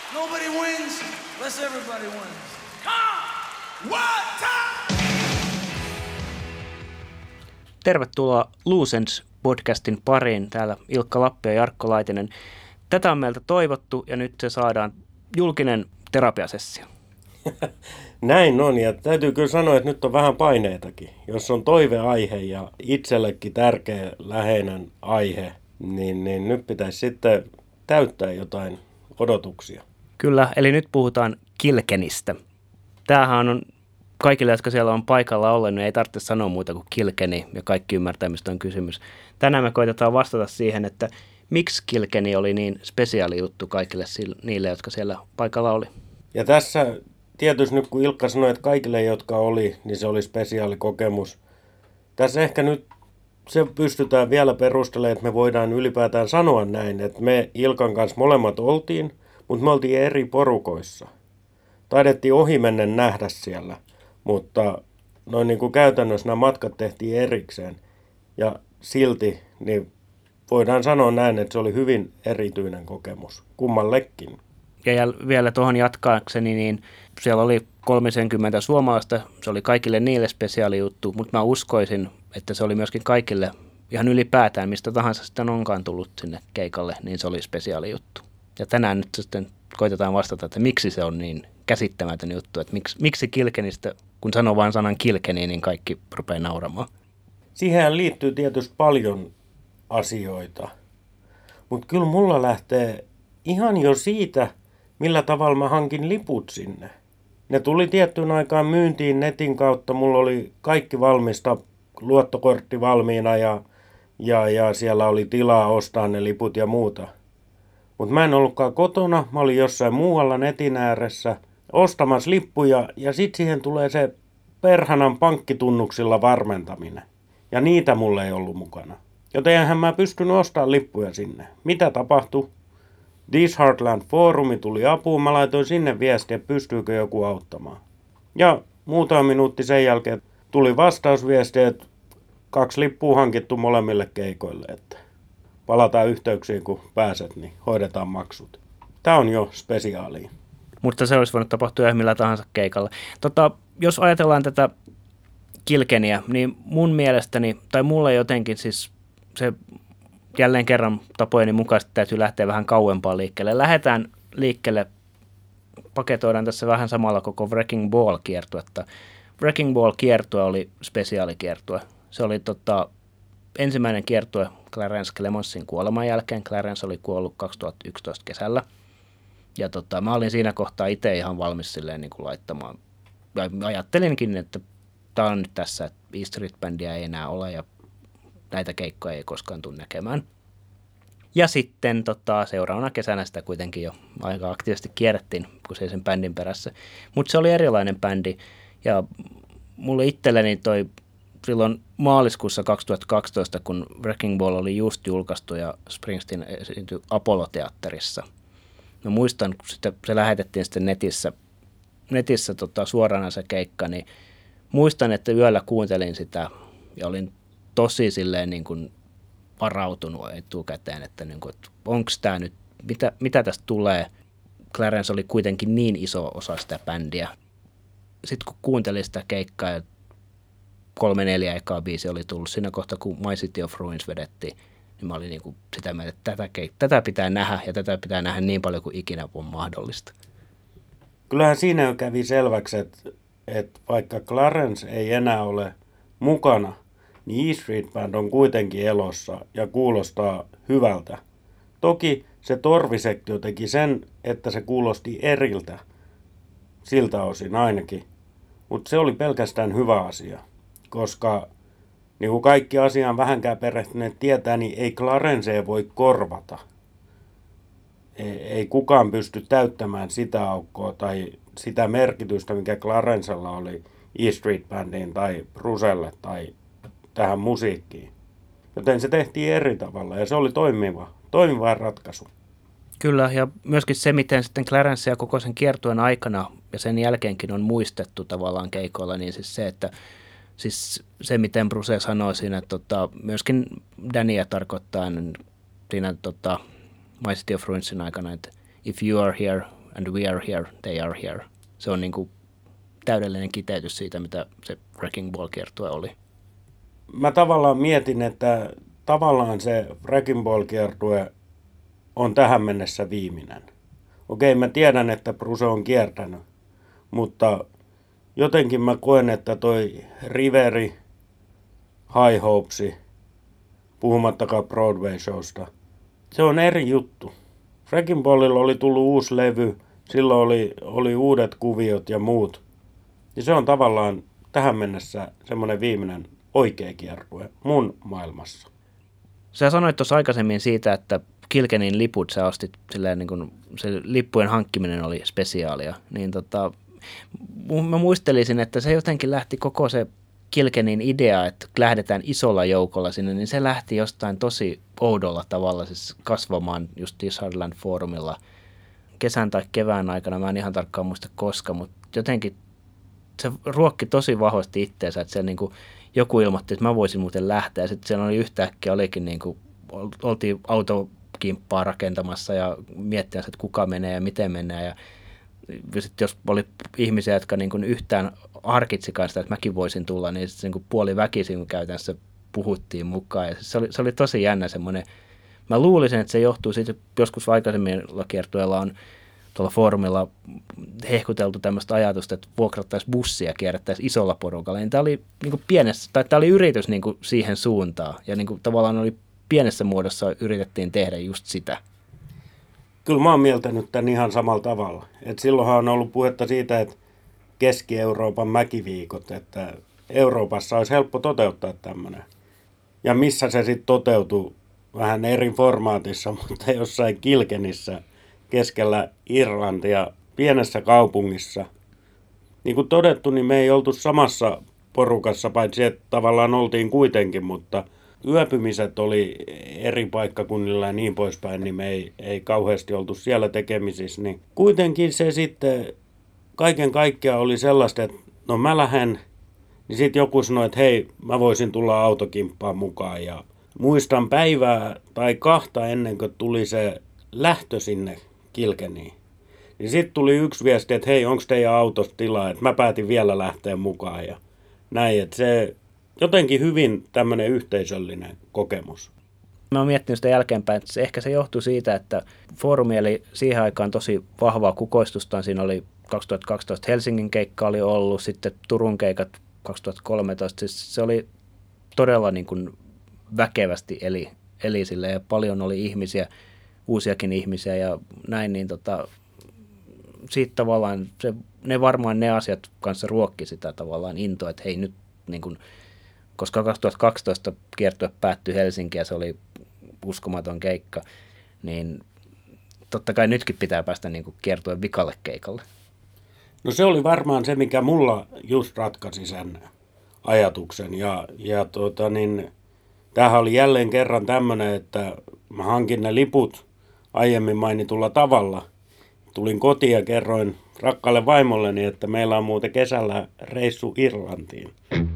Nobody wins unless everybody wins. Come! One time! Tervetuloa Loose Ends podcastin pariin. Täällä Ilkka Lappi ja Jarkko Laitinen. Tätä on meiltä toivottu ja nyt se saadaan julkinen terapiasessio. Näin on, ja täytyy kyllä sanoa, että nyt on vähän paineitakin. Jos on toiveaihe ja itsellekin tärkeä läheinen aihe, niin nyt pitäisi sitten täyttää jotain odotuksia. Kyllä, eli nyt puhutaan Kilkenistä. Tämähän on kaikille, jotka siellä on paikalla olleet, niin ei tarvitse sanoa muuta kuin Kilkeni ja kaikki ymmärtää, mistä on kysymys. Tänään me koitetaan vastata siihen, että miksi Kilkeni oli niin spesiaali juttu kaikille niille, jotka siellä paikalla oli. Ja tässä tietysti nyt kun Ilkka sanoi, että kaikille, jotka oli, niin se oli spesiaali kokemus. Tässä ehkä nyt se pystytään vielä perustelemaan, että me voidaan ylipäätään sanoa näin, että me Ilkan kanssa molemmat oltiin, mutta me oltiin eri porukoissa. Taidettiin ohimennen nähdä siellä, mutta noin niin kuin käytännössä nämä matkat tehtiin erikseen. Ja silti niin voidaan sanoa näin, että se oli hyvin erityinen kokemus kummallekin. Ja vielä tuohon jatkaakseni, niin siellä oli 30 suomalaista, se oli kaikille niille spesiaali juttu, mutta mä uskoisin, että se oli myöskin kaikille ihan ylipäätään, mistä tahansa sitten onkaan tullut sinne keikalle, niin se oli spesiaali juttu. Ja tänään nyt sitten koitetaan vastata, että miksi se on niin käsittämätön juttu, että miksi Kilkenistä, kun sanoo vain sanan Kilkeni, niin kaikki rupeaa nauramaan. Siihen liittyy tietysti paljon asioita, mutta kyllä mulla lähtee ihan jo siitä, millä tavalla mä hankin liput sinne. Ne tuli tiettyyn aikaan myyntiin netin kautta, mulla oli kaikki valmista, luottokortti valmiina ja siellä oli tilaa ostaa ne liput ja muuta. Mutta mä en ollutkaan kotona, mä olin jossain muualla netin ääressä ostamassa lippuja ja sit siihen tulee se perhanan pankkitunnuksilla varmentaminen. Ja niitä mulla ei ollut mukana. Joten eihän mä pystynyt ostamaan lippuja sinne. Mitä tapahtui? This Heartland Forumi tuli apuun, mä laitoin sinne viestiä, että pystyykö joku auttamaan. Ja muutama minuutti sen jälkeen tuli vastausviesti, että 2 lippua hankittu molemmille keikoille, että palataan yhteyksiin kun pääset, niin hoidetaan maksut. Tää on jo spesiaalia. Mutta se olisi voinut tapahtua ihan millä tahansa keikalla. Jos ajatellaan tätä Kilkeniä, niin mun mielestäni, tai mulle jotenkin siis se jälleen kerran tapojeni mukaisesti täytyy lähteä vähän kauempaa liikkeelle. Lähdetään liikkeelle, paketoidaan tässä vähän samalla koko Wrecking Ball-kiertuetta. Wrecking Ball-kiertue oli spesiaalikiertue. Se oli ensimmäinen kiertue Clarence Clemonsin kuoleman jälkeen. Clarence oli kuollut 2011 kesällä. Ja mä olin siinä kohtaa itse ihan valmis silleen niin kuin laittamaan. Ja ajattelinkin, että tämä on nyt tässä, että E Street-bändiä ei enää ole ja näitä keikkoja ei koskaan tule näkemään. Ja sitten seuraavana kesänä sitä kuitenkin jo aika aktiivisesti kierrettiin, kun se sen bändin perässä. Mutta se oli erilainen bändi ja mulle itselleni toi silloin maaliskuussa 2012, kun Wrecking Ball oli just julkaistu ja Springsteen esiintyi Apollo-teatterissa. Mä muistan, kun se lähetettiin sitten netissä suorana se keikka, niin muistan, että yöllä kuuntelin sitä ja olin tosi silleen niin kuin varautunut etukäteen, että, niin kuin, että onko tämä nyt, mitä tästä tulee. Clarence oli kuitenkin niin iso osa sitä bändiä. Sitten kun kuuntelin sitä keikkaa ja 3-4 ekaa biisi oli tullut siinä kohtaa, kun My City of Ruins vedettiin, niin mä olin niin kuin sitä mieltä, että tätä pitää nähdä ja tätä pitää nähdä niin paljon kuin ikinä on mahdollista. Kyllähän siinä jo kävi selväksi, että vaikka Clarence ei enää ole mukana, niin E Street Band on kuitenkin elossa ja kuulostaa hyvältä. Toki se torvisektio teki sen, että se kuulosti eriltä, siltä osin ainakin. Mutta se oli pelkästään hyvä asia, koska niin kuin kaikki asiaan vähänkään perehtyneet tietää, niin ei Clarencea voi korvata. Ei kukaan pysty täyttämään sitä aukkoa tai sitä merkitystä, mikä Clarencella oli E Street Bandiin tai Brucelle tai tähän musiikkiin. Joten se tehtiin eri tavalla ja se oli toimiva ratkaisu. Kyllä, ja myöskin se, miten sitten Clarencea koko sen kiertueen aikana ja sen jälkeenkin on muistettu tavallaan keikoilla, niin siis se, että siis se, miten Bruce sanoi siinä, että myöskin Dania tarkoittaa siinä My City of Ruinsin aikana, että if you are here, and we are here, they are here. Se on niin kuin täydellinen kiteytys siitä, mitä se Wrecking Ball-kiertue oli. Mä tavallaan mietin, että tavallaan se Wrecking Ball-kiertue on tähän mennessä viimeinen. Okei, mä tiedän, että Bruce on kiertänyt, mutta jotenkin mä koen, että toi Riveri, High Hopes, puhumattakaan Broadway-showsta, se on eri juttu. Wrecking Ballilla oli tullut uusi levy, silloin oli uudet kuviot ja muut. Ja se on tavallaan tähän mennessä semmoinen viimeinen oikea kiertue mun maailmassa. Sä sanoit tuossa aikaisemmin siitä, että Kilkenin liput sä ostit silleen, niin kun se lippujen hankkiminen oli spesiaalia, niin mä muistelisin, että se jotenkin lähti koko se Kilkenin idea, että lähdetään isolla joukolla sinne, niin se lähti jostain tosi oudolla tavalla siis kasvamaan just Heartland Forumilla kesän tai kevään aikana, mä en ihan tarkkaan muista koska, mutta jotenkin se ruokki tosi vahvasti itteensä, että siellä niin kuin joku ilmoitti, että mä voisin muuten lähteä, ja sitten siellä oli yhtäkkiä, olikin niin kuin, oltiin autokimppaa rakentamassa ja miettimässä, että kuka menee ja miten menee, ja sitten jos oli ihmisiä, jotka niin kuin yhtään harkitsikaan sitä, että mäkin voisin tulla, niin sitten niin puoli väkisin käytännössä puhuttiin mukaan, ja se oli tosi jännä semmoinen. Mä luulisin, että se johtuu siitä, että joskus aikaisemmilla kiertueilla on tuolla foorumilla hehkuteltu tämmöistä ajatusta, että vuokrattaisiin bussia ja kierrettäisiin isolla porukalla. Niin tämä oli niin kuin pienessä, tai tämä oli yritys niin kuin siihen suuntaan, ja niin kuin tavallaan oli pienessä muodossa yritettiin tehdä just sitä. Kyllä mä oon mieltänyt tämän ihan samalla tavalla. Et silloinhan on ollut puhetta siitä, että Keski-Euroopan mäkiviikot, että Euroopassa olisi helppo toteuttaa tämmöinen. Ja missä se sitten toteutui vähän eri formaatissa, mutta jossain Kilkenissä keskellä Irlantia, pienessä kaupungissa. Niin kuin todettu, niin me ei oltu samassa porukassa, paitsi että tavallaan oltiin kuitenkin, mutta yöpymiset oli eri paikkakunnilla ja niin poispäin, niin me ei kauheasti oltu siellä tekemisissä. Niin kuitenkin se sitten kaiken kaikkiaan oli sellaista, että no mä lähden, niin sitten joku sanoi, että hei, mä voisin tulla autokimppaan mukaan. Ja muistan päivää tai kahta ennen kuin tuli se lähtö sinne Kilkeniin. Niin sitten tuli yksi viesti, että hei, onko teidän autossa tilaa, että mä päätin vielä lähteä mukaan ja näin, että se jotenkin hyvin tämmöinen yhteisöllinen kokemus. Mä oon miettinyt sitä jälkeenpäin, että ehkä se johtui siitä, että foorumi oli siihen aikaan tosi vahvaa kukoistustaan. Siinä oli 2012 Helsingin keikka oli ollut, sitten Turun keikat 2013. Siis se oli todella niin kuin väkevästi eli sille ja paljon oli ihmisiä, uusiakin ihmisiä ja näin, niin siitä tavallaan ne asiat kanssa ruokki sitä tavallaan intoa, että hei nyt niin kuin, koska 2012 kiertue päättyi Helsinkiin ja se oli uskomaton keikka, niin totta kai nytkin pitää päästä niin kuin kiertueen vikalle keikalle. No se oli varmaan se, mikä mulla just ratkaisi sen ajatuksen tämähän oli jälleen kerran tämmöinen, että mä hankin ne liput aiemmin mainitulla tavalla. Tulin kotiin ja kerroin rakkaalle vaimolleni, että meillä on muuten kesällä reissu Irlantiin.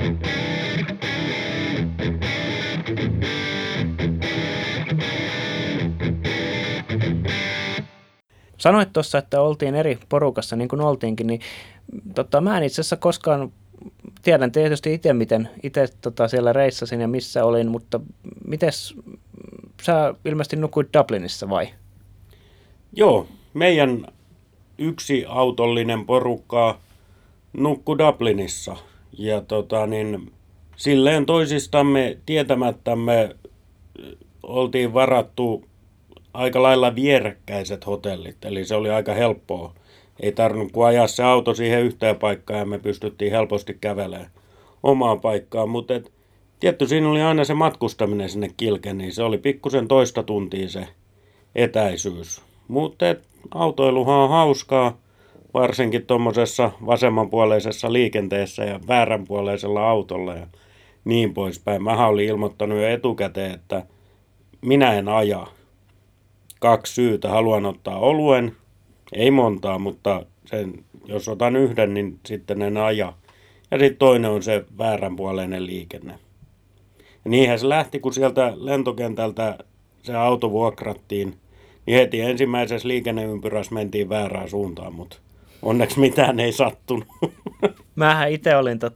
Sanoit tuossa, että oltiin eri porukassa niin kuin oltiinkin, niin mä en itse asiassa koskaan, tiedän tietysti itse, miten itse siellä reissasin ja missä olin, mutta mites sä ilmeisesti nukuit Dublinissa vai? Joo, meidän yksi autollinen porukka nukkui Dublinissa ja silleen toisistamme tietämättämme oltiin varattu aika lailla vierekkäiset hotellit, eli se oli aika helppoa. Ei tarvinnut kuin ajaa se auto siihen yhteen paikkaan ja me pystyttiin helposti kävelemään omaan paikkaan, mutta tietty siinä oli aina se matkustaminen sinne Kilkeniin, se oli pikkusen toista tuntia se etäisyys. Mutta autoiluhan on hauskaa, varsinkin tuommoisessa vasemmanpuoleisessa liikenteessä ja vääränpuoleisella autolla ja niin poispäin. Mä olin ilmoittanut jo etukäteen, että minä en aja. 2 syytä. Haluan ottaa oluen, ei montaa, mutta jos otan yhden, niin sitten en aja. Ja sitten toinen on se vääränpuoleinen liikenne. Ja niinhän se lähti, kun sieltä lentokentältä se auto vuokrattiin, Niin heti ensimmäisessä liikenneympyrässä mentiin väärään suuntaan, mutta onneksi mitään ei sattunut. Mähän itse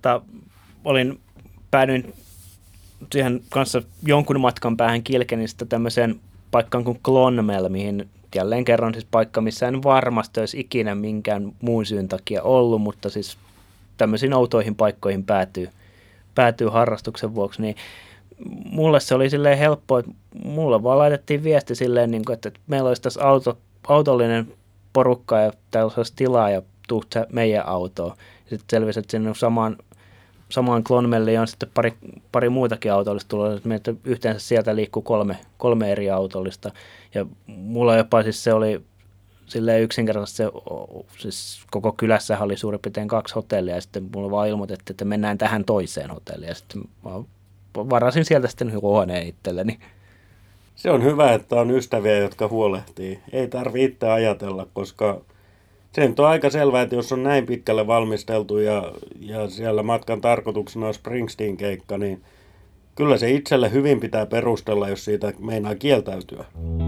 päädyin siihen kanssa jonkun matkan päähän Kilkenistä tämmöiseen paikkaan kuin Clonmel, mihin jälleen kerran siis paikka, missä en varmasti olisi ikinä minkään muun syyn takia ollut, mutta siis tämmöisiin outoihin paikkoihin päätyy harrastuksen vuoksi, niin mulle se oli silleen helppoa, että mulle vaan laitettiin viesti silleen, niin kuin, että meillä olisi tässä autollinen porukka ja täällä olisi tilaa ja tuut meidän autoon. Sitten selvisi, että sinne samaan Clonmelliin on sitten pari muutakin autollista tullut, että yhteensä sieltä liikkuu kolme eri autollista. Ja mulla jopa siis se oli silleen yksinkertaisesti siis koko kylässä oli suurin piirtein 2 hotellia ja sitten mulla vaan ilmoitettiin, että mennään tähän toiseen hotelliin ja sitten mä varasin sieltä sitten huoneen itselleni. Se on hyvä, että on ystäviä, jotka huolehtii. Ei tarvitse itse ajatella, koska se on aika selvää, että jos on näin pitkälle valmisteltu ja siellä matkan tarkoituksena on Springsteen-keikka, niin kyllä se itselle hyvin pitää perustella, jos siitä meinaa kieltäytyä.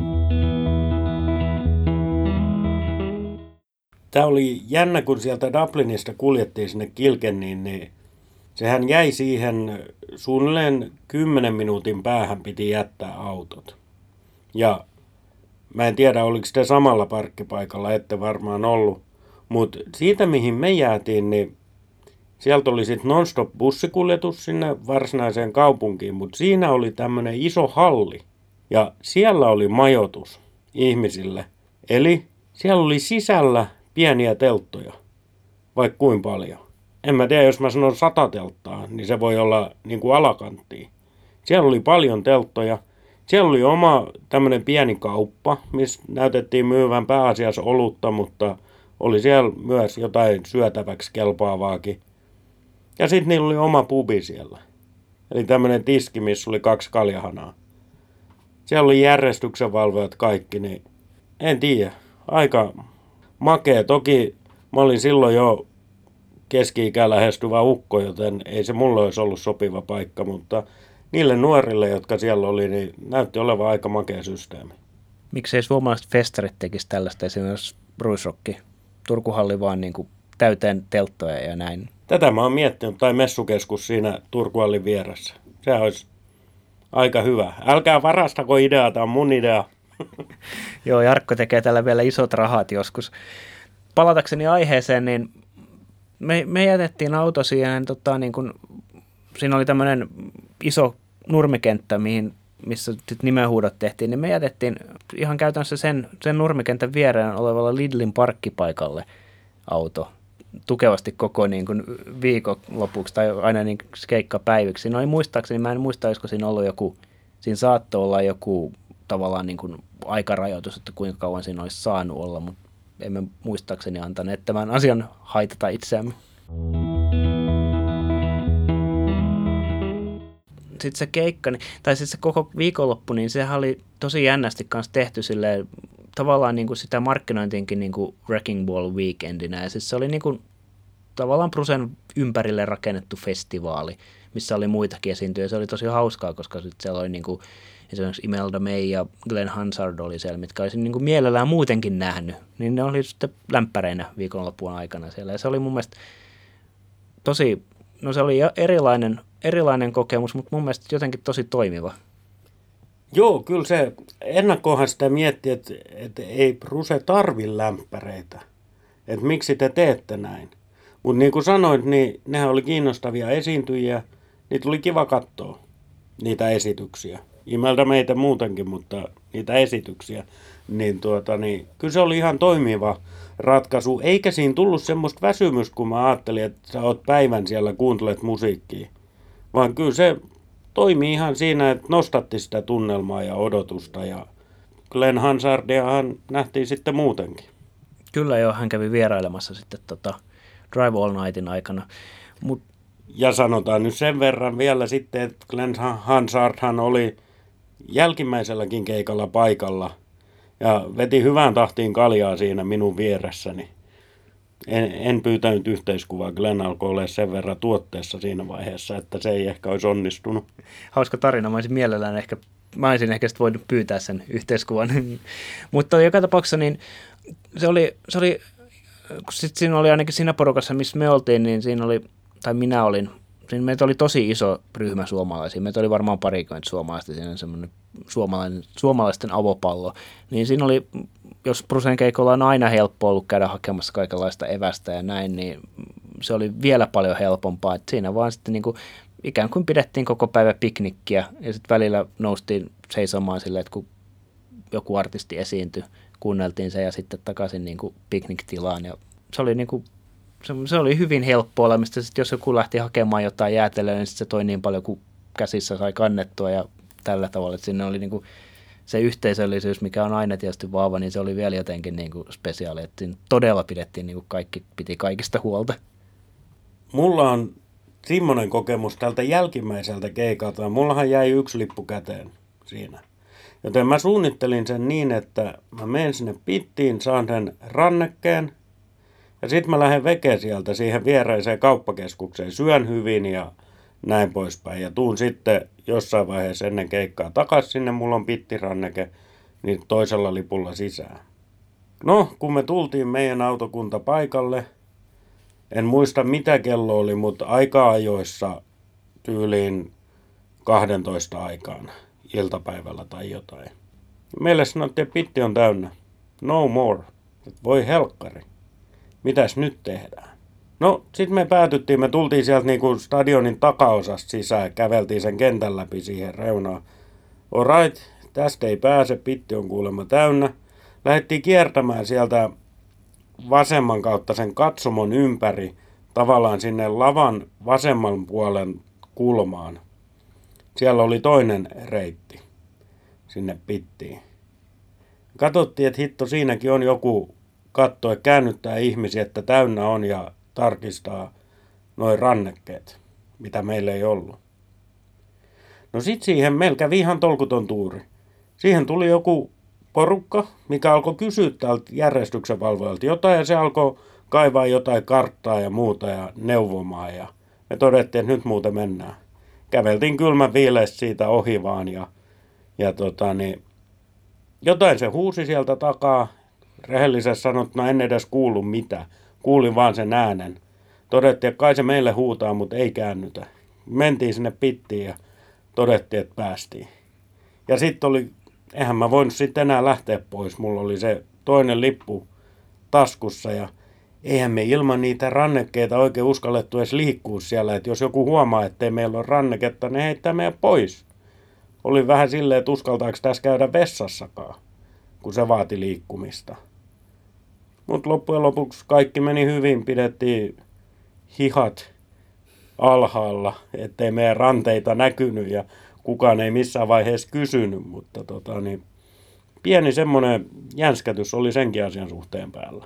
Tämä oli jännä, kun sieltä Dublinista kuljettiin sinne Kilkenniin, niin sehän jäi siihen suunnilleen 10 minuutin päähän piti jättää autot. Ja mä en tiedä, oliko te samalla parkkipaikalla, ette varmaan ollut. Mutta siitä, mihin me jäätiin, niin sieltä oli sitten non-stop bussikuljetus sinne varsinaiseen kaupunkiin. Mutta siinä oli tämmöinen iso halli ja siellä oli majoitus ihmisille. Eli siellä oli sisällä pieniä telttoja, vaikka kuinka paljon. En mä tiedä, jos mä sanon 100 telttaa, niin se voi olla niin kuin alakanttiin. Siellä oli paljon telttoja. Siellä oli oma tämmöinen pieni kauppa, missä näytettiin myyvän pääasiassa olutta, mutta oli siellä myös jotain syötäväksi kelpaavaakin. Ja sitten niillä oli oma pubi siellä. Eli tämmöinen tiski, missä oli 2 kaljahanaa. Siellä oli järjestyksenvalvojat kaikki, niin en tiedä. Aika makea. Toki mä olin silloin jo keski-ikään lähestyvä ukko, joten ei se mulle olisi ollut sopiva paikka, mutta niille nuorille, jotka siellä oli, niin näytti olevan aika makea systeemi. Miksei suomalaiset festarit tekisi tällaista, esimerkiksi Ruisrokki, Turkuhalli vaan niin kuin täyteen telttoja ja näin? Tätä mä oon miettinyt, tai messukeskus siinä Turkuhallin vieressä. Se olisi aika hyvä. Älkää varastako ideaa, tämä on mun idea. Joo, Jarkko tekee tällä vielä isot rahat joskus. Palatakseni aiheeseen, niin me jätettiin auto siihen, niin kun, siinä oli tämmöinen iso nurmikenttä, missä sit nimenhuudot tehtiin, niin me jätettiin ihan käytännössä sen nurmikentän viereen olevalle Lidlin parkkipaikalle auto tukevasti koko niin kuin viikonlopuksi tai aina niin keikkapäiviksi. Siinä oli muistaakseni, mä en muista, olisiko siinä ollut siinä saattoi olla joku tavallaan niin kuin aikarajoitus, että kuinka kauan siinä olisi saanut olla, mutta emme muistaakseni antaneet tämän asian haitata itseämme. Sitten se keikka, tai sitten se koko viikonloppu, niin sehän oli tosi jännästi kanssa tehty silleen, tavallaan niin kuin sitä markkinointiinkin niin kuin Wrecking Ball weekendinä. Ja siis se oli niin kuin, tavallaan Brucen ympärille rakennettu festivaali, missä oli muitakin esiintyjä. Se oli tosi hauskaa, koska sitten siellä oli niin kuin, esimerkiksi Imelda May ja Glenn Hansard oli siellä, mitkä olisin niin kuin mielellään muutenkin nähnyt. Niin ne oli sitten lämpäreinä viikonlopun aikana siellä. Ja se oli mun mielestä tosi, no se oli erilainen kokemus, mutta mun mielestä jotenkin tosi toimiva. Joo, kyllä se ennakkoonhan sitä mietti, että ei Bruce tarvi lämpäreitä. Että miksi te teette näin. Mutta niin kuin sanoit, niin nehän oli kiinnostavia esiintyjiä. Niitä oli kiva katsoa, niitä esityksiä. Imeltä meitä muutenkin, mutta niitä esityksiä. Niin kyllä se oli ihan toimiva ratkaisu. Eikä siinä tullut semmoista väsymystä, kun mä ajattelin, että sä oot päivän siellä, kuuntelet musiikkia. Vaan kyllä se toimii ihan siinä, että nostatti sitä tunnelmaa ja odotusta. Ja Glenn Hansardiahan nähtiin sitten muutenkin. Kyllä joo, hän kävi vierailemassa sitten Drive All Nightin aikana. Ja sanotaan nyt sen verran vielä sitten, että Glenn Hansardhan oli jälkimmäiselläkin keikalla paikalla ja veti hyvään tahtiin kaljaa siinä minun vieressäni. En pyytänyt yhteiskuvaa. Glenn alkoi olla sen verran tuotteessa siinä vaiheessa, että se ei ehkä olisi onnistunut. Hauska tarina. Mä olisin mielellään ehkä mä olisin ehkä sitten voinut pyytää sen yhteiskuvan. Mutta joka tapauksessa niin se oli kun sitten siinä oli ainakin siinä porukassa, missä me oltiin, niin siinä oli, tai minä olin, siinä meitä oli tosi iso ryhmä suomalaisia. Meitä oli varmaan parikymmentä suomalaista, siinä semmoinen suomalaisten avopallo. Niin siinä oli, jos Brucen keikolla on aina helppo ollut käydä hakemassa kaikenlaista evästä ja näin, niin se oli vielä paljon helpompaa. Et siinä vaan sitten niin kuin, ikään kuin pidettiin koko päivä piknikkiä ja sitten välillä noustiin seisomaan silleen, että kun joku artisti esiintyi, kuunneltiin se ja sitten takaisin niin kuin pikniktilaan. Ja se oli, niin kuin, se oli hyvin helppo olemista. Sitten jos joku lähti hakemaan jotain jäätelöä, niin sitten se toi niin paljon kuin käsissä sai kannettua ja tällä tavalla. Että siinä oli niin kuin se yhteisöllisyys, mikä on aina tietysti vahva, niin se oli vielä jotenkin niin kuin spesiaali. Että siinä todella pidettiin, niin kuin kaikki piti kaikista huolta. Mulla on semmoinen kokemus tältä jälkimmäiseltä keikalta. Mullahan jäi 1 lippu käteen siinä. Joten mä suunnittelin sen niin, että mä menen sinne pittiin, saan sen rannekkeen ja sitten mä lähden veke sieltä siihen viereiseen kauppakeskukseen, syön hyvin ja näin poispäin. Ja tuun sitten jossain vaiheessa ennen keikkaa takaisin sinne, mulla on pittiranneke, niin toisella lipulla sisään. No, kun me tultiin meidän autokunta paikalle, en muista mitä kello oli, mutta aika ajoissa tyyliin 12 aikaan. Iltapäivällä tai jotain. Meille sanottiin, että pitti on täynnä. No more. Voi helkkari. Mitäs nyt tehdään? No, sitten me tultiin sieltä niinku stadionin takaosasta sisään, käveltiin sen kentän läpi siihen reunaan. Alright, tästä ei pääse, pitti on kuulemma täynnä. Lähdettiin kiertämään sieltä vasemman kautta sen katsomon ympäri, tavallaan sinne lavan vasemman puolen kulmaan. Siellä oli toinen reitti sinne pittiin. Katsottiin, että hitto, siinäkin on joku katto ja käännyttää ihmisiä, että täynnä on ja tarkistaa noin rannekkeet, mitä meillä ei ollut. No sit siihen meillä kävi ihan tolkuton tuuri. Siihen tuli joku porukka, mikä alkoi kysyä tältä järjestyksenvalvojalta jotain ja se alkoi kaivaa jotain karttaa ja muuta ja neuvomaan ja me todettiin, että nyt muuten mennään. Käveltiin kylmän viileästi siitä ohi vaan ja jotain se huusi sieltä takaa. Rehellisesti sanottuna en edes kuullut mitä. Kuulin vaan sen äänen. Todettiin, että kai se meille huutaa, mutta ei käännytä. Mentiin sinne pittiin ja todettiin, että päästiin. Ja sitten oli, eihän mä voinut sitten enää lähteä pois. Mulla oli se toinen lippu taskussa ja eihän me ilman niitä rannekkeita oikein uskallettu edes liikkua siellä, että jos joku huomaa, ettei meillä ole ranneketta, ne heittää meidän pois. Oli vähän silleen, että uskaltaako tässä käydä vessassakaan, kun se vaati liikkumista. Mutta loppujen lopuksi kaikki meni hyvin, pidettiin hihat alhaalla, ettei meidän ranteita näkynyt ja kukaan ei missään vaiheessa kysynyt, mutta pieni semmoinen jänskätys oli senkin asian suhteen päällä.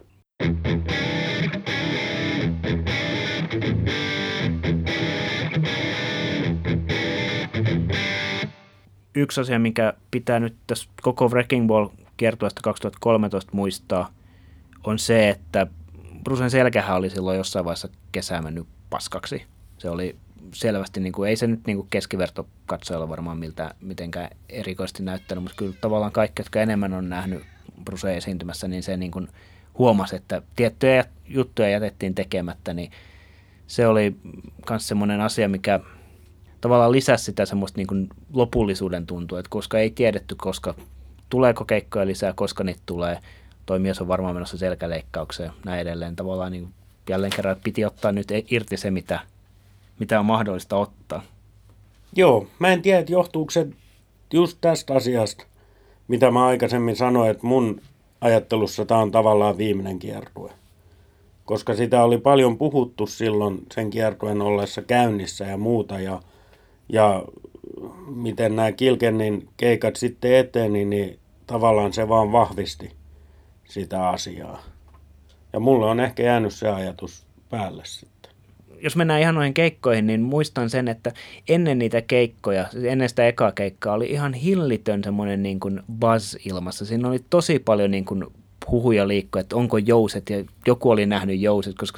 Yksi asia, mikä pitää nyt tässä koko Wrecking Ball-kiertueesta 2013 muistaa, on se, että Brucen selkähän oli silloin jossain vaiheessa kesää mennyt paskaksi. Se oli selvästi, niin kuin, ei se nyt niin kuin keskivertokatsojalla varmaan mitenkään erikoisesti näyttänyt, mutta kyllä tavallaan kaikki, jotka enemmän on nähnyt Brucea esiintymässä, niin se niin kuin huomasi, että tiettyjä juttuja jätettiin tekemättä, niin se oli myös semmoinen asia, mikä tavallaan lisäsi sitä semmoista niin kuin lopullisuuden tuntua, että koska ei tiedetty, koska tuleeko keikkoja lisää, koska niitä tulee, toi mies on varmaan menossa selkäleikkaukseen ja näin edelleen. Tavallaan niin jälleen kerran piti ottaa nyt irti se, mitä on mahdollista ottaa. Joo, mä en tiedä, että johtuuko se just tästä asiasta, mitä mä aikaisemmin sanoin, että mun ajattelussa tämä on tavallaan viimeinen kiertue. Koska sitä oli paljon puhuttu silloin sen kiertueen ollessa käynnissä ja muuta ja miten nämä Kilkennin keikat sitten eteni, niin tavallaan se vaan vahvisti sitä asiaa. Ja mulle on ehkä jäänyt se ajatus päälle sitten. Jos mennään ihan noihin keikkoihin, niin muistan sen, että ennen niitä keikkoja, ennen sitä ekaa keikkaa, oli ihan hillitön semmoinen niin kuin buzz ilmassa. Siinä oli tosi paljon niin kuin huhuja liikkua, että onko jouset, ja joku oli nähnyt jouset, koska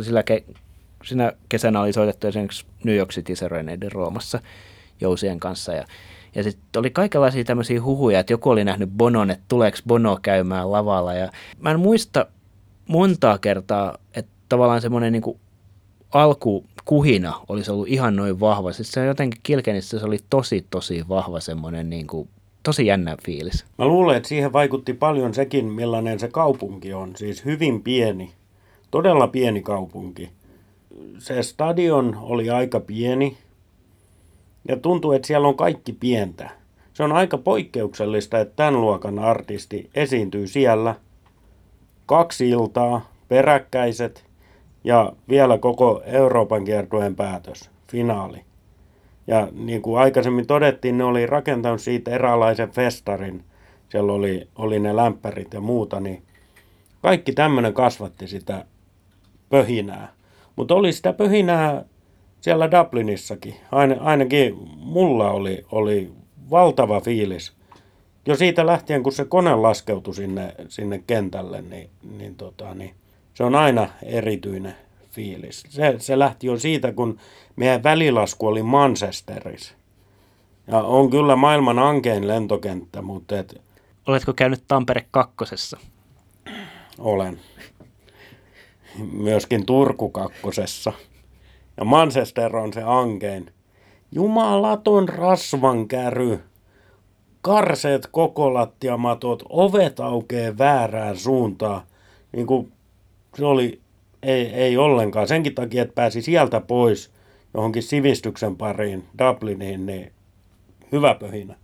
siinä kesänä oli soitettu esimerkiksi New York City Serenade Roomassa jousien kanssa, ja Ja sitten oli kaikenlaisia tämmöisiä huhuja, että joku oli nähnyt Bonon, että tuleeko Bono käymään lavalla. Ja mä en muista montaa kertaa, että tavallaan semmoinen niin kuin alkukuhina olisi ollut ihan noin vahva. Siis se jotenkin Kilkenissä se oli tosi vahva semmoinen niin kuin, tosi jännä fiilis. Mä luulen, että siihen vaikutti paljon sekin, millainen se kaupunki on. Siis hyvin pieni, todella pieni kaupunki. Se stadion oli aika pieni ja tuntuu, että siellä on kaikki pientä. Se on aika poikkeuksellista, että tämän luokan artisti esiintyy siellä 2 iltaa, peräkkäiset ja vielä koko Euroopan kiertueen päätös, finaali. Ja niin kuin aikaisemmin todettiin, ne oli rakentanut siitä eräänlaisen festarin. Siellä oli ne lämpärit ja muuta, niin kaikki tämmöinen kasvatti sitä pöhinää. Mutta oli sitä pöhinää siellä Dublinissakin. Ainakin mulla oli valtava fiilis. Jo siitä lähtien, kun se kone laskeutui sinne kentälle, niin se on aina erityinen fiilis. Se lähti jo siitä, kun meidän välilasku oli Manchesterissa. Ja on kyllä maailman ankein lentokenttä, mutta Oletko käynyt Tampere 2? Olen. Myöskin Turku 2. Ja Manchester on se ankein. Jumalaton rasvankäry. Karseet kokolattiamatot, ovet aukee väärään suuntaan. Niin kuin se oli, ei ollenkaan. Senkin takia, että pääsi sieltä pois johonkin sivistyksen pariin Dubliniin, niin hyvä pöhinä.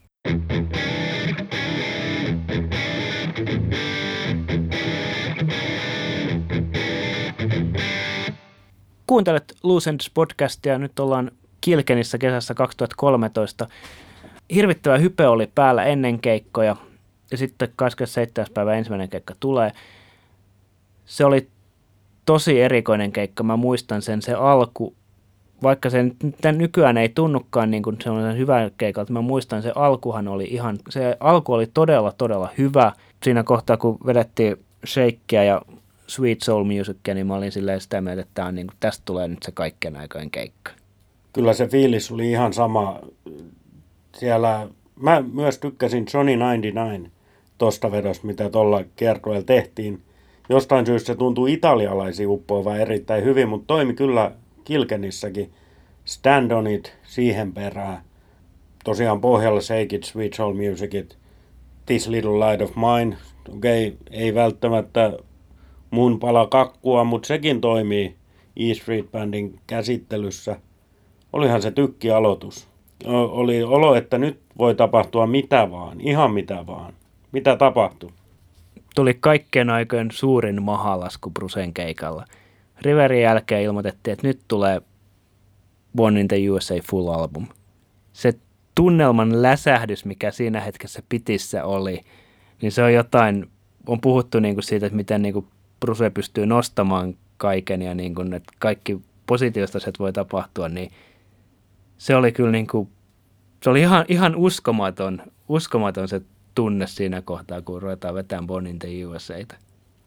Kuuntelet Loose Ends podcastia. Nyt ollaan Kilkenissä kesässä 2013. Hirvittävä hype oli päällä ennen keikkoja ja sitten 27. päivä ensimmäinen keikka tulee. Se oli tosi erikoinen keikka. Mä muistan se alku, vaikka se nykyään ei tunnukaan niin kuin sellainen hyvä keikka, mä muistan se alku oli todella hyvä. Siinä kohtaa, kun vedettiin Shakeä ja Sweet Soul Musicia, niin mä olin silleen sitä mieltä, että tää on niin kuin, tästä tulee nyt se kaikkien aikojen keikka. Kyllä se fiilis oli ihan sama. Siellä mä myös tykkäsin Johnny 99 tosta vedosta, mitä tuolla kiertueella tehtiin. Jostain syystä se tuntui italialaisiin uppoavan erittäin hyvin, mutta toimi kyllä Kilkenissäkin. Stand on it siihen perään. Tosiaan pohjalla Shake it, Sweet Soul Musicit, This Little Light of Mine. Okei, ei välttämättä mun pala kakkua, mutta sekin toimii E Street Bandin käsittelyssä. Olihan se tykkialoitus. Oli olo, että nyt voi tapahtua mitä vaan, ihan mitä vaan. Mitä tapahtui? Tuli kaikkien aikojen suurin mahalasku Brucen keikalla. Riverin jälkeen ilmoitettiin, että nyt tulee Born in the USA full album. Se tunnelman läsähdys, mikä siinä hetkessä pitissä oli, niin se on jotain, on puhuttu niinku siitä, että miten niinku Bruce pystyy nostamaan kaiken ja niinku, että kaikki positiivista se voi tapahtua, niin se oli kyllä niinku, se oli ihan uskomaton se tunne siinä kohtaa, kun ruvetaan vetämään Born in the USA:ta.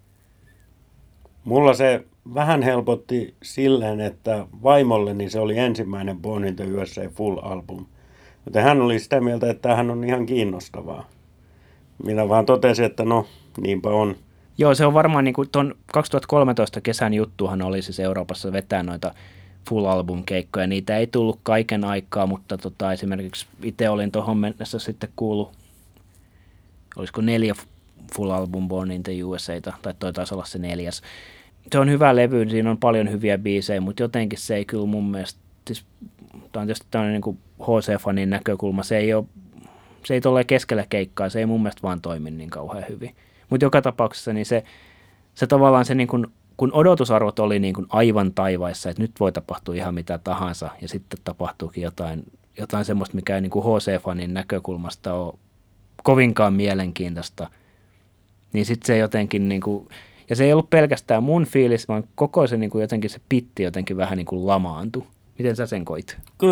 Mulla se vähän helpotti silleen, että vaimolleni se oli ensimmäinen Born in the USA full album. Joten hän oli sitä mieltä, että hän on ihan kiinnostavaa. Minä vaan totesin, että no, niinpä on. Joo, se on varmaan niin kuin tuon 2013 kesän juttuhan oli siis Euroopassa vetää noita full album keikkoja. Niitä ei tullut kaiken aikaa, mutta esimerkiksi itse olin tuohon mennessä sitten kuullut, olisiko 4 full album Born in the USA:ta, tai toi taisi olla se 4. Se on hyvä levy, siinä on paljon hyviä biisejä, mutta jotenkin se ei kyllä mun mielestä, siis, tämä on tietysti tämmöinen niin kuin HC-fanin näkökulma, se ei tolleen keskellä keikkaa, se ei mun mielestä vaan toimi niin kauhean hyvin. Mutta joka tapauksessa niin se tavallaan se niin kun odotusarvot oli niin kuin aivan taivaissa, että nyt voi tapahtua ihan mitä tahansa ja sitten tapahtuukin jotain semmoista, mikä ei niin kuin HC-fanin näkökulmasta ole kovinkaan mielenkiintoista, niin sitten se jotenkin, niin kuin, ja se ei ollut pelkästään mun fiilis, vaan koko se niin kuin jotenkin se pitti jotenkin vähän niin kuin lamaantui. Miten sä sen koit?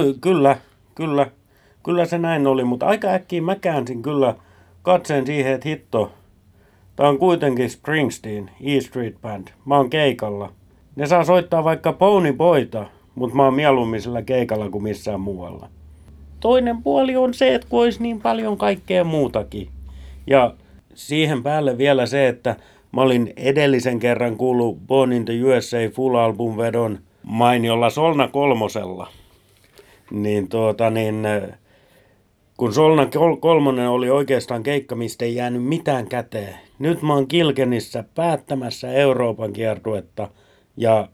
Kyllä se näin oli, mutta aika äkkiä mä käänsin kyllä katseen siihen, että hitto, tää on kuitenkin Springsteen, E Street Band, mä oon keikalla. Ne saa soittaa vaikka Pony Boyta, mutta mä oon mieluummin sillä keikalla kuin missään muualla. toinen puoli on se, että kun olisi niin paljon kaikkea muutakin. Ja siihen päälle vielä se, että mä olin edellisen kerran kuullut Born in the USA Full Album vedon mainiolla Solna kolmosella. Kun Solna kolmonen oli oikeastaan keikka, mistä ei jäänyt mitään käteen. Nyt mä oon Kilkenissä päättämässä Euroopan kiertuetta ja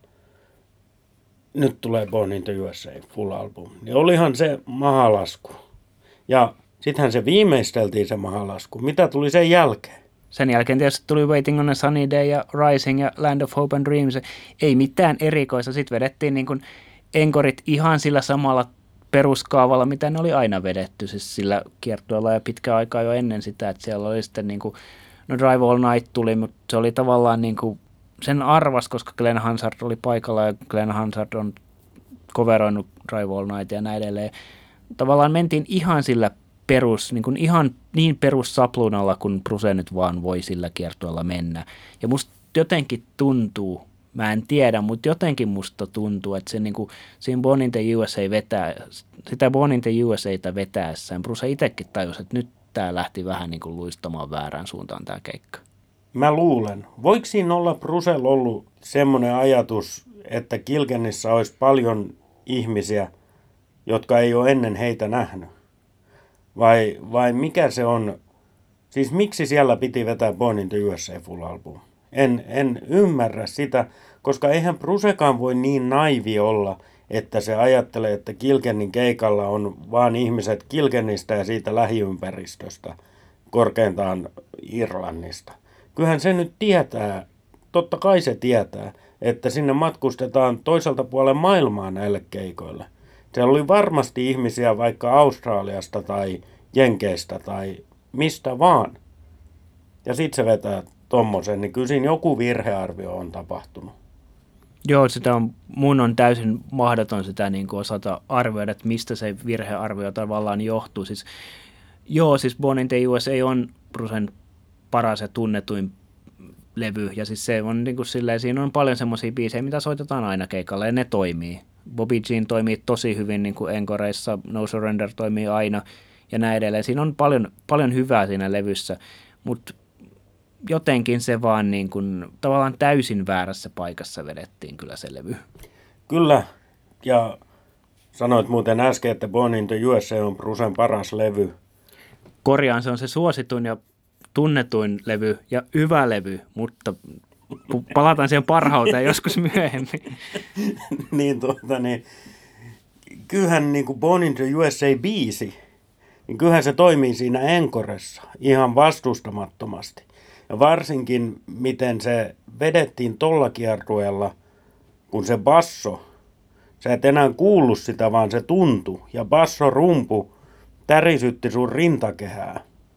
nyt tulee Born in the USA Full Album. Niin olihan se mahalasku. Ja sittenhän se viimeisteltiin se mahalasku. Mitä tuli sen jälkeen? Sen jälkeen tietysti tuli Waiting on a Sunny Day ja Rising ja Land of Hope and Dreams. Ei mitään erikoista. Sitten vedettiin niin kuin enkorit ihan sillä samalla peruskaavalla, mitä ne oli aina vedetty. Siis sillä kiertueella ja pitkään aikaa jo ennen sitä, että siellä oli sitten niin kuin, no Drive All Night tuli, mutta se oli tavallaan niin kuin sen arvas, koska Glenn Hansard oli paikalla ja Glenn Hansard on coveroinut Drive All Night ja näin edelleen. Tavallaan mentiin ihan sillä ihan niin perussapluunalla, kun Bruce nyt vaan voi sillä kiertueella mennä. Ja musta jotenkin tuntuu, mä en tiedä, mutta jotenkin musta tuntuu, että se niin kuin, siinä Born in the USA sitä Born in the USAta vetäessään Bruce itsekin tajusi, että nyt tää lähti vähän niin kuin luistamaan väärään suuntaan tää keikka. Mä luulen. Voiko siinä olla Brucella ollut semmoinen ajatus, että Kilkenissä olisi paljon ihmisiä, jotka ei ole ennen heitä nähnyt? Vai mikä se on? Siis miksi siellä piti vetää Born in the USA Full Album? En ymmärrä sitä, koska eihän Brucekaan voi niin naivi olla, että se ajattelee, että Kilkenin keikalla on vaan ihmiset Kilkenistä ja siitä lähiympäristöstä, korkeintaan Irlannista. Kyllähän se nyt tietää, totta kai se tietää, että sinne matkustetaan toiselta puolen maailmaa näille keikoille. Siellä oli varmasti ihmisiä vaikka Australiasta tai Jenkeistä tai mistä vaan. Ja sit se vetää tommosen, niin kyllä siinä joku virhearvio on tapahtunut. Joo, mun on täysin mahdoton sitä niin kuin osata arvioida, että mistä se virhearvio tavallaan johtuu. Siis Born in the USA on Brucen paras ja tunnetuin levy, ja siis se on niin kuin silleen, siinä on paljon semmoisia biisejä, mitä soitetaan aina keikalla, ja ne toimii. Bobby Jean toimii tosi hyvin niin kuin enkoreissa, No Surrender toimii aina, ja näin edelleen. Siinä on paljon hyvää siinä levyssä, mutta jotenkin se vaan niin kuin, tavallaan täysin väärässä paikassa vedettiin kyllä se levy. Kyllä, ja sanoit muuten äsken, että Born in the USA on Brucen paras levy. Korjaan, se on se suosituin ja tunnetuin levy ja hyvä levy, mutta palataan siihen parhauteen joskus myöhemmin. Kyllähän niin kuin Born in the USA-biisi, niin kyllähän se toimii siinä enkoressa ihan vastustamattomasti. Ja varsinkin, miten se vedettiin tolla kiertueella, kun se basso, sä et enää kuullut sitä, vaan se tuntui. Ja bassorumpu tärisytti sun rintakehää.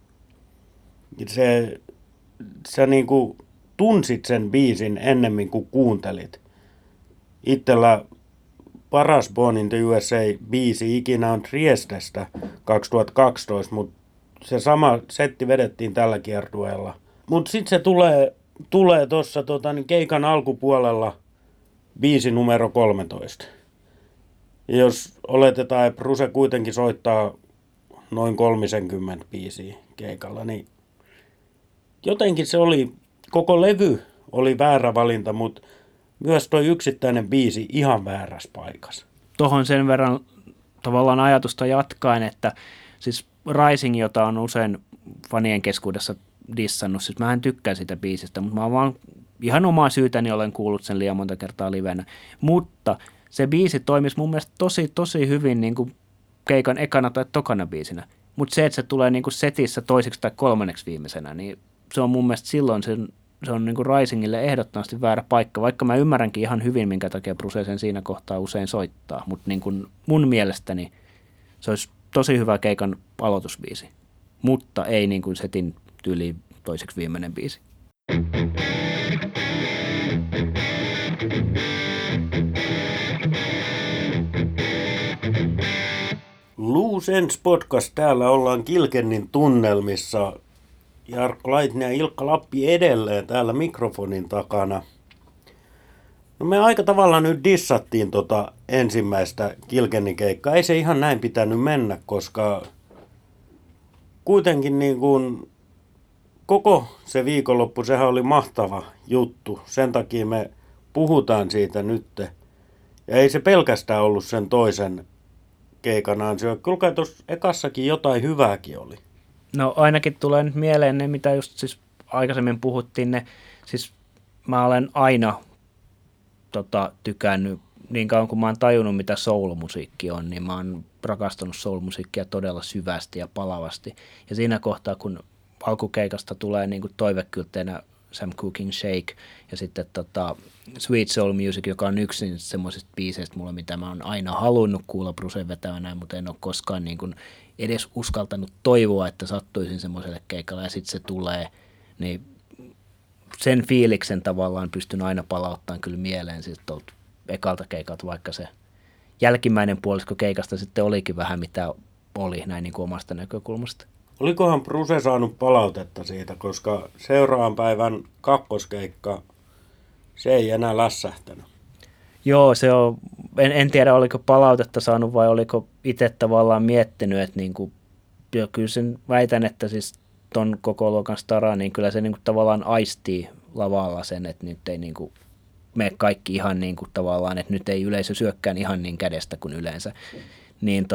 Sä niinku tunsit sen biisin ennemmin kuin kuuntelit. Itsellä paras Born in the USA-biisi ikinä on Triestestä 2012, mutta se sama setti vedettiin tällä kiertueella. Mutta sitten se tulee tuossa keikan alkupuolella biisi numero 13. Ja jos oletetaan, että Bruce kuitenkin soittaa noin 30 biisiä keikalla, niin jotenkin se oli, koko levy oli väärä valinta, mutta myös toi yksittäinen biisi ihan väärässä paikassa. Tuohon sen verran tavallaan ajatusta jatkaen, että siis Rising, jota on usein fanien keskuudessa dissannut, siis mä en tykkää sitä biisistä, mutta mä vaan ihan omaa syytäni olen kuullut sen liian monta kertaa livenä. Mutta se biisi toimisi mun mielestä tosi hyvin niin kuin keikan ekana tai tokana biisinä. Mutta se, että se tulee niin kuin setissä toiseksi tai kolmanneksi viimeisenä, niin se on mun mielestä silloin se on niin kuin Risingille ehdottomasti väärä paikka, vaikka mä ymmärränkin ihan hyvin, minkä takia Bruce sen siinä kohtaa usein soittaa. Mutta niin kuin mun mielestäni se olisi tosi hyvä keikan aloitusbiisi, mutta ei niin kuin setin tyyliin toiseksi viimeinen biisi. Loose Ends podcast, täällä ollaan Kilkennin tunnelmissa. Jarkko Laitinen ja Ilkka Lappi edelleen täällä mikrofonin takana. No me aika tavalla nyt dissattiin ensimmäistä Kilkennin keikkaa. Ei se ihan näin pitänyt mennä, koska kuitenkin niin kuin koko se viikonloppu, sehän oli mahtava juttu. Sen takia me puhutaan siitä nyt. Ja ei se pelkästään ollut sen toisen keikan ansio. Kyllä kai tuossa ekassakin jotain hyvääkin oli. No ainakin tulee nyt mieleen ne, mitä just siis aikaisemmin puhuttiin, ne, siis mä olen aina tykännyt, niin kauan kuin mä oon tajunnut, mitä soul-musiikki on, niin mä oon rakastanut soul-musiikkia todella syvästi ja palavasti. Ja siinä kohtaa, kun alkukeikasta tulee niin kuin toivekyltteenä Sam Cooking Shake ja sitten Sweet Soul Music, joka on yksi semmoisista biiseistä mulla, mitä mä oon aina halunnut kuulla Brucen vetävänä, mutta en ole koskaan niin kuin edes uskaltanut toivoa, että sattuisin semmoiselle keikalle ja sitten se tulee, niin sen fiiliksen tavallaan pystyn aina palauttamaan kyllä mieleen siitä tuolta ekalta keikalta, vaikka se jälkimmäinen puolisko keikasta sitten olikin vähän mitä oli näin niin kuin omasta näkökulmasta. Olikohan Bruce saanut palautetta siitä, koska seuraavan päivän kakkoskeikka, se ei enää lässähtänyt. Joo, se on, en tiedä oliko palautetta saanut vai oliko itse tavallaan miettinyt, että niin kuin, ja kyllä sen väitän, että siis ton koko luokan stara, niin kyllä se niin kuin tavallaan aistii lavalla sen, että nyt ei niin kuin mene kaikki ihan niin kuin tavallaan, että nyt ei yleisö syökkään ihan niin kädestä kuin yleensä. Niin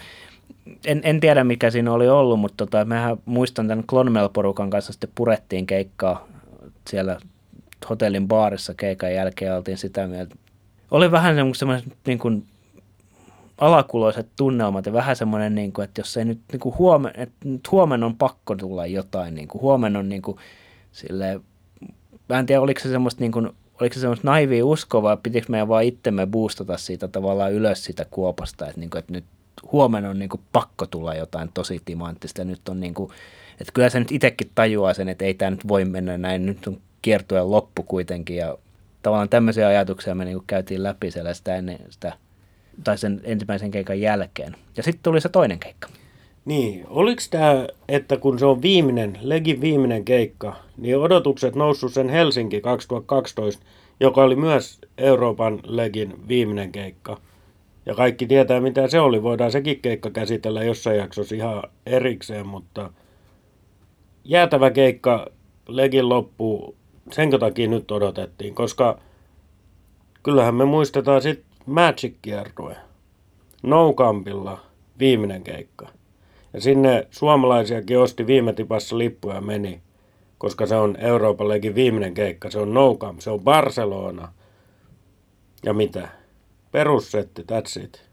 en tiedä mikä siinä oli ollut, mutta mehän muistan tämän Clonmel-porukan kanssa sitten purettiin keikkaa siellä hotellin baarissa keikan jälkeen ja oltiin sitä mieltä. Oli vähän semmoiset niin kuin alakuloiset tunnelmat ja vähän semmoinen, niin kuin, että jos ei nyt, niin kuin huomenna on pakko tulla jotain, niin kuin huomenna on niin kuin, silleen, mä en tiedä oliko se semmoista naivia uskoa vai pitikö meidän vaan itsemme boostata siitä tavallaan ylös siitä kuopasta, että, niin kuin, että nyt huomenna on niin kuin pakko tulla jotain tosi timanttista ja nyt on niin kuin, että kyllä se nyt itsekin tajuaa sen, että ei tämä nyt voi mennä näin, nyt on kiertueen loppu kuitenkin ja tavallaan tämmöisiä ajatuksia me niin kuin käytiin läpi siellä sitä ennen sitä, tai sen ensimmäisen keikan jälkeen. Ja sitten tuli se toinen keikka. Niin, oliko tämä, että kun se on Legin viimeinen keikka, niin odotukset noussut sen Helsinki 2012, joka oli myös Euroopan Legin viimeinen keikka. Ja kaikki tietää, mitä se oli. Voidaan sekin keikka käsitellä jossain jaksossa ihan erikseen, mutta jäätävä keikka Legin loppuun, senkö takia nyt odotettiin, koska kyllähän me muistetaan sitten Magic-kiertue. No Campilla viimeinen keikka. Ja sinne suomalaisiakin osti viime tipassa lippuja ja meni, koska se on Euroopan Legin viimeinen keikka. Se on No Camp, se on Barcelona. Ja mitä? Perussetti, that's it.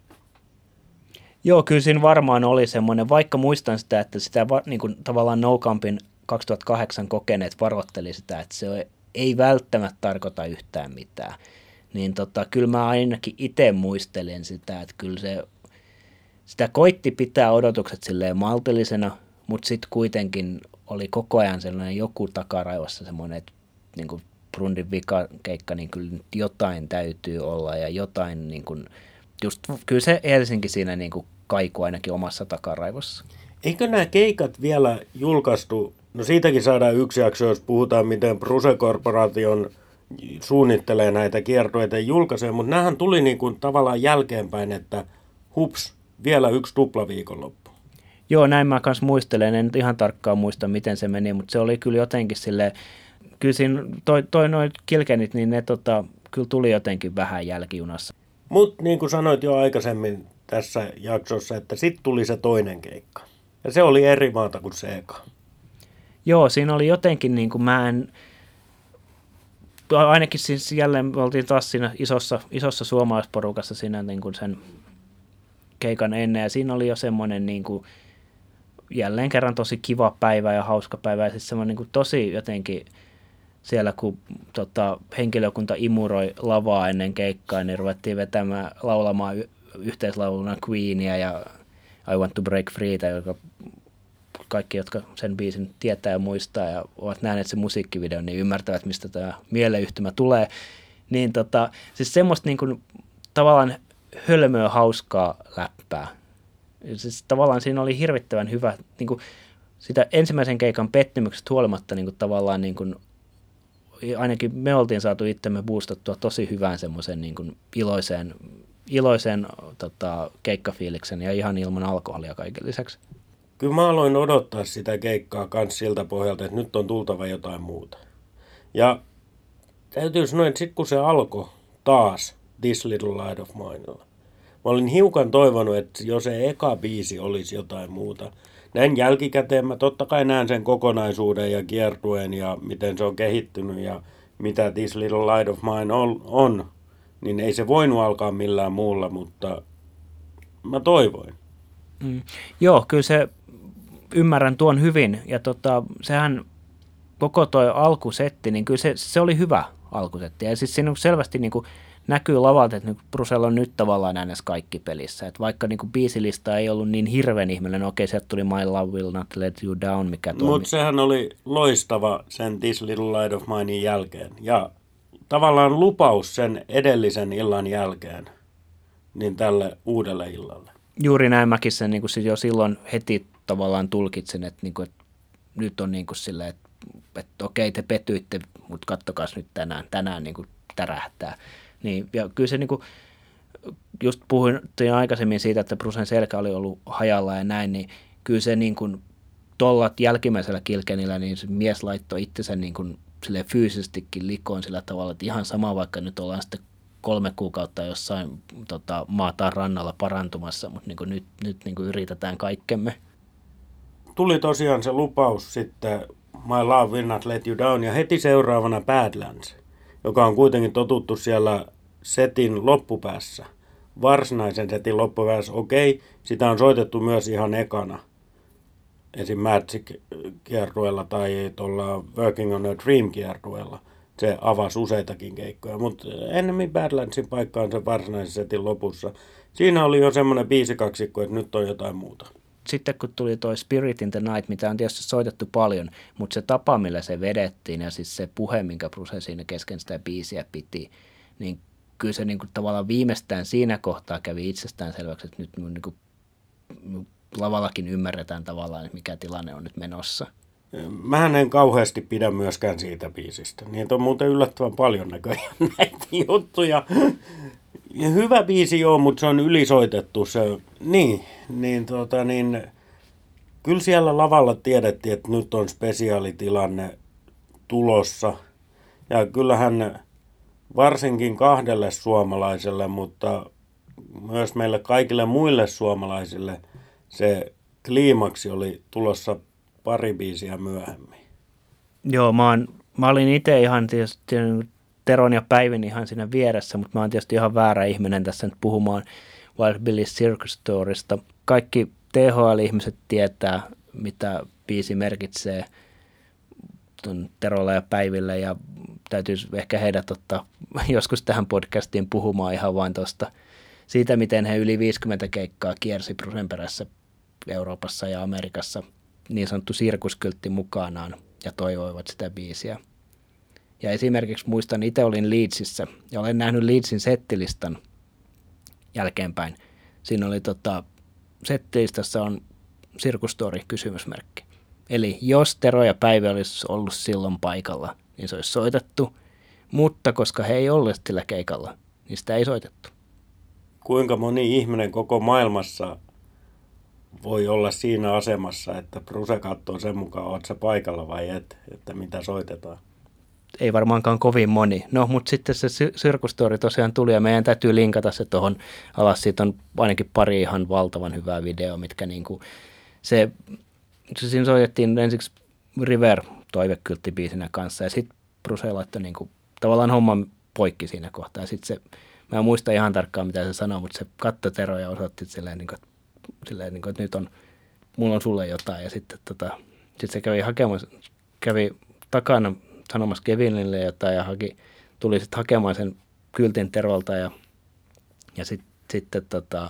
Joo, kyllä siinä varmaan oli semmoinen, vaikka muistan sitä, että sitä niin kuin, tavallaan No Campin 2008 kokeneet varoitteli sitä, että se ei välttämättä tarkoita yhtään mitään. Niin kyllä mä ainakin itse muistelen sitä, että kyllä sitä koitti pitää odotukset silleen maltillisena, mutta sitten kuitenkin oli koko ajan sellainen joku takaraivossa semmoinen, että niin kuin Brundin vikakeikka, niin kyllä nyt jotain täytyy olla ja jotain niin kuin, just kyllä se Helsinki siinä niin kuin kaiku ainakin omassa takaraivossa. Eikö nämä keikat vielä julkaistu, no siitäkin saadaan yksi jakso, jos puhutaan miten Bruce-korporaation suunnittelee näitä kiertueita ja julkaisee, mutta näähän tuli niin kuin tavallaan jälkeenpäin, että hups, vielä yksi tuplaviikonloppu. Joo, näin mä kanssa muistelen, en nyt ihan tarkkaan muista miten se meni, mutta se oli kyllä jotenkin silleen, kyllä siinä toi noin Kilkenit, niin ne kyllä tuli jotenkin vähän jälkijunassa. Mutta niin kuin sanoit jo aikaisemmin tässä jaksossa, että sitten tuli se toinen keikka. Ja se oli eri maata kuin se eka. Joo, siinä oli jotenkin niin kuin ainakin siis jälleen me oltiin taas siinä isossa suomalaisporukassa siinä niin kuin sen keikan ennen, ja siinä oli jo semmoinen niin kuin jälleen kerran tosi kiva päivä ja hauska päivä, ja siis semmoinen niin kuin tosi jotenkin siellä, kun henkilökunta imuroi lavaa ennen keikkaa, niin ruvettiin laulamaan yhteislauluna Queenia ja I Want to Break Freetä, joka kaikki, jotka sen biisin tietää ja muistaa ja ovat nähneet sen musiikkivideon, niin ymmärtävät, mistä tämä mieleyhtymä tulee. Niin siis semmoista niin kuin, tavallaan hölmöä, hauskaa läppää. Siis tavallaan siinä oli hirvittävän hyvä, niin kuin, sitä ensimmäisen keikan pettymyksestä huolimatta niin kuin, tavallaan niin kuin, ainakin me oltiin saatu itsemme boostattua tosi hyvään semmoisen niin kuin iloiseen keikkafiiliksen ja ihan ilman alkoholia kaiken lisäksi. Kyllä mä aloin odottaa sitä keikkaa kans siltä pohjalta, että nyt on tultava jotain muuta. Ja täytyy sanoa, että sitten kun se alkoi taas This Little Light of Minella, mä olin hiukan toivonut, että jo se eka biisi olisi jotain muuta. Näin jälkikäteen mä totta kai näen sen kokonaisuuden ja kiertueen ja miten se on kehittynyt ja mitä This Little Light of Mine on. Niin ei se voinut alkaa millään muulla, mutta mä toivoin. Joo, kyllä se ymmärrän tuon hyvin. Ja sehän koko toi alkusetti, niin kyllä se oli hyvä alkusetti. Ja siis siinä selvästi niin kuin näkyy lavalta, että Brucella on nyt tavallaan äänes kaikki pelissä. Että vaikka niin kuin biisilista ei ollut niin hirveän ihmeellinen, okei, sieltä tuli My Love Will Not Let You Down, mikä toimi. Mutta sehän oli loistava sen This Little Light of Minein jälkeen. Ja tavallaan lupaus sen edellisen illan jälkeen, niin tälle uudelle illalle. Juuri näin mäkin sen niin kuin jo silloin heti tavallaan tulkitsin, että, niin kuin, että nyt on niin kuin silleen, että okei, te petyitte, mutta kattokas nyt tänään niin kuin tärähtää. Niin, ja kyllä se niin kuin, just puhuin aikaisemmin siitä, että Brucen selkä oli ollut hajalla ja näin, niin kyllä se niin kuin tuolla jälkimmäisellä Kilkenillä, niin se mies laittoi itsensä niin kuin silleen fyysisestikin likoon sillä tavalla, että ihan sama, vaikka nyt ollaan sitten 3 kuukautta jossain maataan rannalla parantumassa, mutta niin kuin nyt niin kuin yritetään kaikkemme. Tuli tosiaan se lupaus sitten My Love Will Not Let You Down ja heti seuraavana Badlands, joka on kuitenkin totuttu siellä setin loppupäässä. Varsinaisen setin loppupäässä, okei, sitä on soitettu myös ihan ekana. Esim. Magic-kiertueella tai tuolla Working on a Dream-kiertueella. Se avasi useitakin keikkoja, mutta ennemmin Badlandsin paikka on sen varsinaisen setin lopussa. Siinä oli jo semmoinen biisikaksikko, että nyt on jotain muuta. Sitten kun tuli toi Spirit in the Night, mitä on tietysti soitettu paljon, mutta se tapa, millä se vedettiin ja siis se puhe, minkä Bruce siinä kesken sitä biisiä piti, niin kyllä se niin kuin tavallaan viimeistään siinä kohtaa kävi itsestään selväksi, että nyt niin kuin lavallakin ymmärretään tavallaan, että mikä tilanne on nyt menossa. Mähän en kauheasti pidä myöskään siitä biisistä. Niitä on muuten yllättävän paljon näköjään näitä juttuja. Ja hyvä biisi on, mutta se on ylisoitettu. Kyllä siellä lavalla tiedettiin, että nyt on spesiaalitilanne tulossa. Ja kyllähän varsinkin 2 suomalaiselle, mutta myös meille kaikille muille suomalaisille se kliimaksi oli tulossa 2 biisiä myöhemmin. Joo, mä olin itse ihan tietysti Teron ja Päivin ihan siinä vieressä, mutta mä oon tietysti ihan väärä ihminen tässä nyt puhumaan Wild Billy's Circus Storysta. Kaikki THL-ihmiset tietää, mitä biisi merkitsee Terolla ja Päivillä, ja täytyisi ehkä heidät ottaa joskus tähän podcastiin puhumaan ihan vain tuosta siitä, miten he yli 50 keikkaa kiersi Brucen perässä Euroopassa ja Amerikassa niin sanottu sirkuskyltti mukanaan ja toivoivat sitä biisiä. Ja esimerkiksi muistan, itse olin Leedsissä ja olen nähnyt Leedsin settilistan jälkeenpäin. Siinä oli settilistassa on Circus Story kysymysmerkki. Eli jos Tero ja Päivi olisi ollut silloin paikalla, niin se olisi soitettu, mutta koska he ei olleet sillä keikalla, niin sitä ei soitettu. Kuinka moni ihminen koko maailmassa voi olla siinä asemassa, että Bruce katsoo sen mukaan, oot sä paikalla vai et, että mitä soitetaan? Ei varmaankaan kovin moni. No, mutta sitten se Circus Story tosiaan tuli ja meidän täytyy linkata se tuohon alas. Siitä on ainakin pari ihan valtavan hyvää videoa, mitkä niinku siinä soitettiin ensiksi River toivekylttibiisinä kanssa ja sitten Bruce laittoi niinku tavallaan homman poikki siinä kohtaa. Sitten se, mä en muista ihan tarkkaan mitä se sanoi, mutta se katsoi Tero ja osoitti silleen, että nyt on, mulla on sulle jotain. Ja sitten sit se kävi takana sanomassa Kevinille jotain ja tuli sitten hakemaan sen kyltin Terolta ja sitten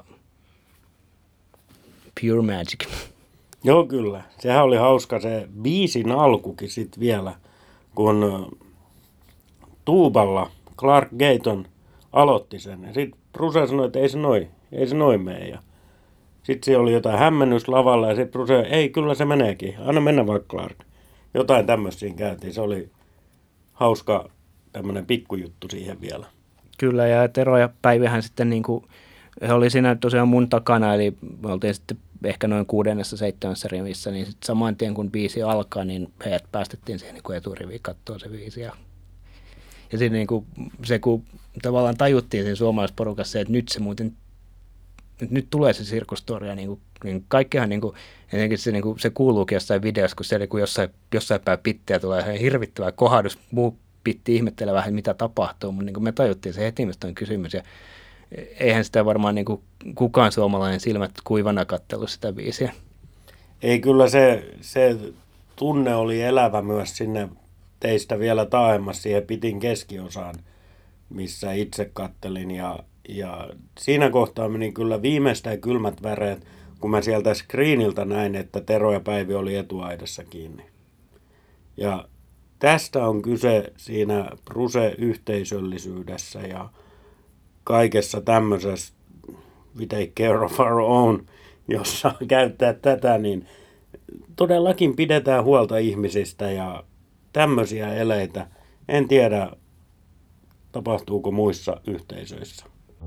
Pure Magic. Joo, kyllä. Sehän oli hauska se biisin alkukin sitten vielä, kun tuuballa Clark Gayton aloitti sen. Ja sitten Bruce sanoi, että ei se noin mene. Ja sitten siellä oli jotain hämmennys lavalla ja sitten Bruce, ei kyllä se meneekin. Anna mennä vaikka Clark. Jotain tämmöistä siinä käytiin. Se oli hauska tämmöinen pikkujuttu siihen vielä. Kyllä, ja Tero ja Päivihän sitten niin kuin, he oli siinä tosiaan mun takana, eli me oltiin sitten ehkä noin 6.-7. rivissä, niin sitten saman tien kun biisi alkaa, niin heidät päästettiin siihen niin kuin eturiviin katsoa se biisi. Ja siinä niin kuin, se, kun tavallaan tajuttiin siinä suomalaisessa porukassa se, että nyt se muuten, nyt tulee se sirkustoria, niin kaikkihan niin kuin, se, niin kuin, se kuuluukin jossain videossa, kun siellä kun jossain päin pittiä tulee hirvittävä kohdus, muu pitti ihmettelee vähän, mitä tapahtuu, mutta niin kuin me tajuttiin se heti, mistä on kysymys, ja eihän sitä varmaan niin kuin kukaan suomalainen silmät kuivana katsellut sitä biisiä. Ei, kyllä se tunne oli elävä myös sinne teistä vielä taaemmas siihen pitin keskiosaan, missä itse kattelin, ja siinä kohtaa meni kyllä viimeistään kylmät väreet, kun mä sieltä screeniltä näin, että Tero ja Päivi oli etuaidassa kiinni. Ja tästä on kyse siinä Bruce-yhteisöllisyydessä ja kaikessa tämmöisessä we take care of our own, jossa käyttää tätä, niin todellakin pidetään huolta ihmisistä ja tämmöisiä eleitä. En tiedä, tapahtuuko muissa yhteisöissä.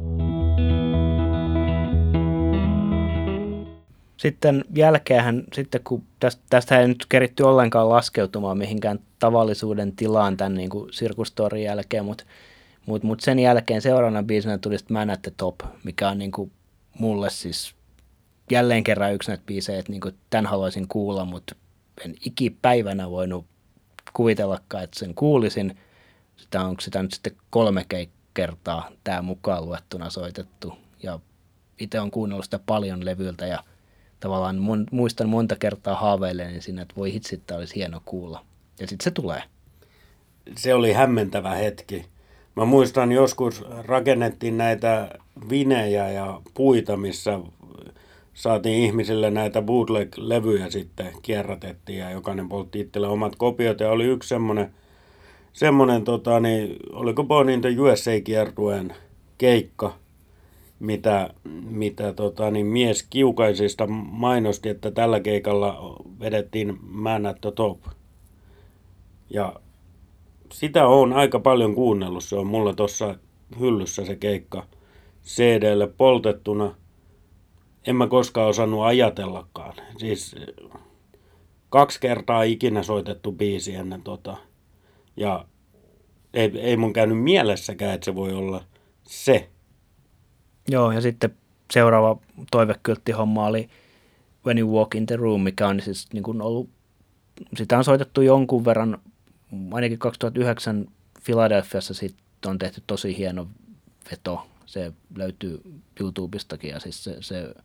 Sitten jälkeenhän, sitten kun tästä ei nyt keritty ollenkaan laskeutumaan mihinkään tavallisuuden tilaan tämän niin kuin sirkustorin jälkeen, mutta sen jälkeen seuraavana biisinä tuli sitten Man at the Top, mikä on niin kuin mulle siis jälleen kerran yksi näitä biisejä, että niin kuin tämän haluaisin kuulla, mutta en ikipäivänä voinut kuvitellakaan, että sen kuulisin. Onko sitä nyt sitten 3 kertaa tämä mukaan luettuna soitettu, ja itse olen kuunnellut sitä paljon levyltä, ja tavallaan muistan monta kertaa haaveilleen siinä, että voi hitsi, että olisi hieno kuulla. Ja sitten se tulee. Se oli hämmentävä hetki. Mä muistan joskus rakennettiin näitä vinejä ja puita, missä saatiin ihmisille näitä bootleg-levyjä sitten, kierrätettiin ja jokainen poltti itselle omat kopiot. Ja oli yksi semmoinen oliko Born in the USA-kiertueen keikka, mitä mies Kiukaisista mainosti, että tällä keikalla vedettiin Man at the Top. Ja sitä on aika paljon kuunnellut. Se on mulla tuossa hyllyssä se keikka CD:lle poltettuna. En mä koskaan osannut ajatellakaan. Siis 2 kertaa ikinä soitettu biisi ennen Ja ei mun käynyt mielessäkään, että se voi olla se. Joo, ja sitten seuraava toivekylttihomma oli When You Walk in the Room, mikä on siis niin kuin ollut, sitä on soitettu jonkun verran, ainakin 2009 Philadelphiassa siitä on tehty tosi hieno veto. Se löytyy YouTubestakin, ja siis se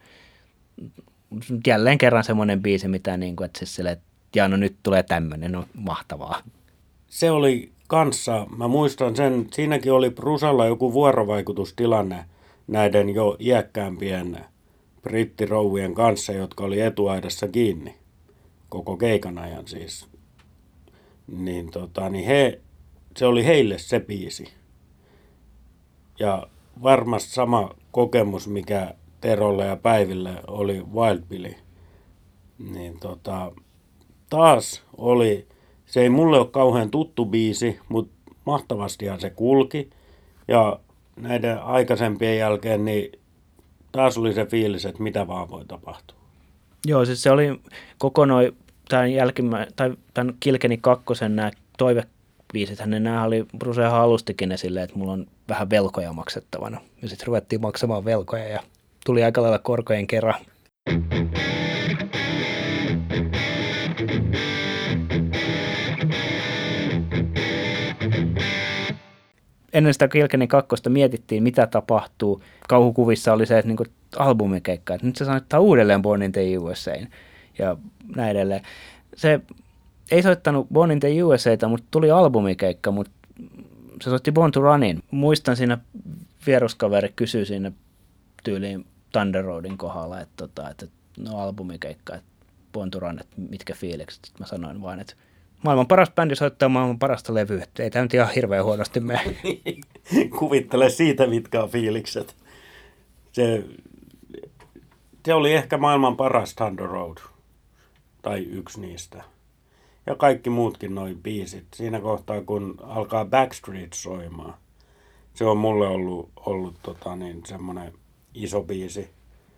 jälleen kerran semmoinen biisi, mitä niin kuin, että siis sille, että no nyt tulee tämmöinen, no mahtavaa. Se oli kanssa, mä muistan sen, siinäkin oli Brusalla joku vuorovaikutustilanne näiden jo iäkkäämpien brittirouvien kanssa, jotka oli etuaidassa kiinni koko keikan ajan siis. Niin, se oli heille se biisi. Ja varmasti sama kokemus, mikä Terolle ja Päiville oli Wild Billy. Niin taas oli, se ei mulle ole kauhean tuttu biisi, mutta mahtavastihan se kulki. Ja näiden aikaisempien jälkeen niin taas oli se fiilis, että mitä vaan voi tapahtua. Joo, siis se oli koko tämän Kilkeni 2 nämä toivebiisit, nämä oli Brucehan alustikin esille, että mulla on vähän velkoja maksettavana. Ja sitten ruvettiin maksamaan velkoja ja tuli aika lailla korkojen kerran. Ennen sitä Kilkeni 2 mietittiin, mitä tapahtuu. Kauhukuvissa oli se, että niin albumikeikka, että nyt se soittaa uudelleen Born in the USA:n ja näin edelleen. Se ei soittanut Born in the USA:ta, mutta tuli albumikeikka, mutta se soitti Born to Runin. Muistan siinä vieruskaveri kysyi siinä tyyliin Thunder Roadin kohdalla, että no albumikeikka, että Born to Run, että mitkä fiilikset. Sitten mä sanoin vaan, että maailman paras bändi soittaa maailman parasta levyä, että ei tämä nyt ihan hirveän huonosti mene. Kuvittele siitä, mitkä on fiilikset. Se oli ehkä maailman paras Thunder Road, tai yksi niistä. Ja kaikki muutkin noin biisit. Siinä kohtaa, kun alkaa Backstreet soimaan. Se on mulle ollut semmoinen iso biisi.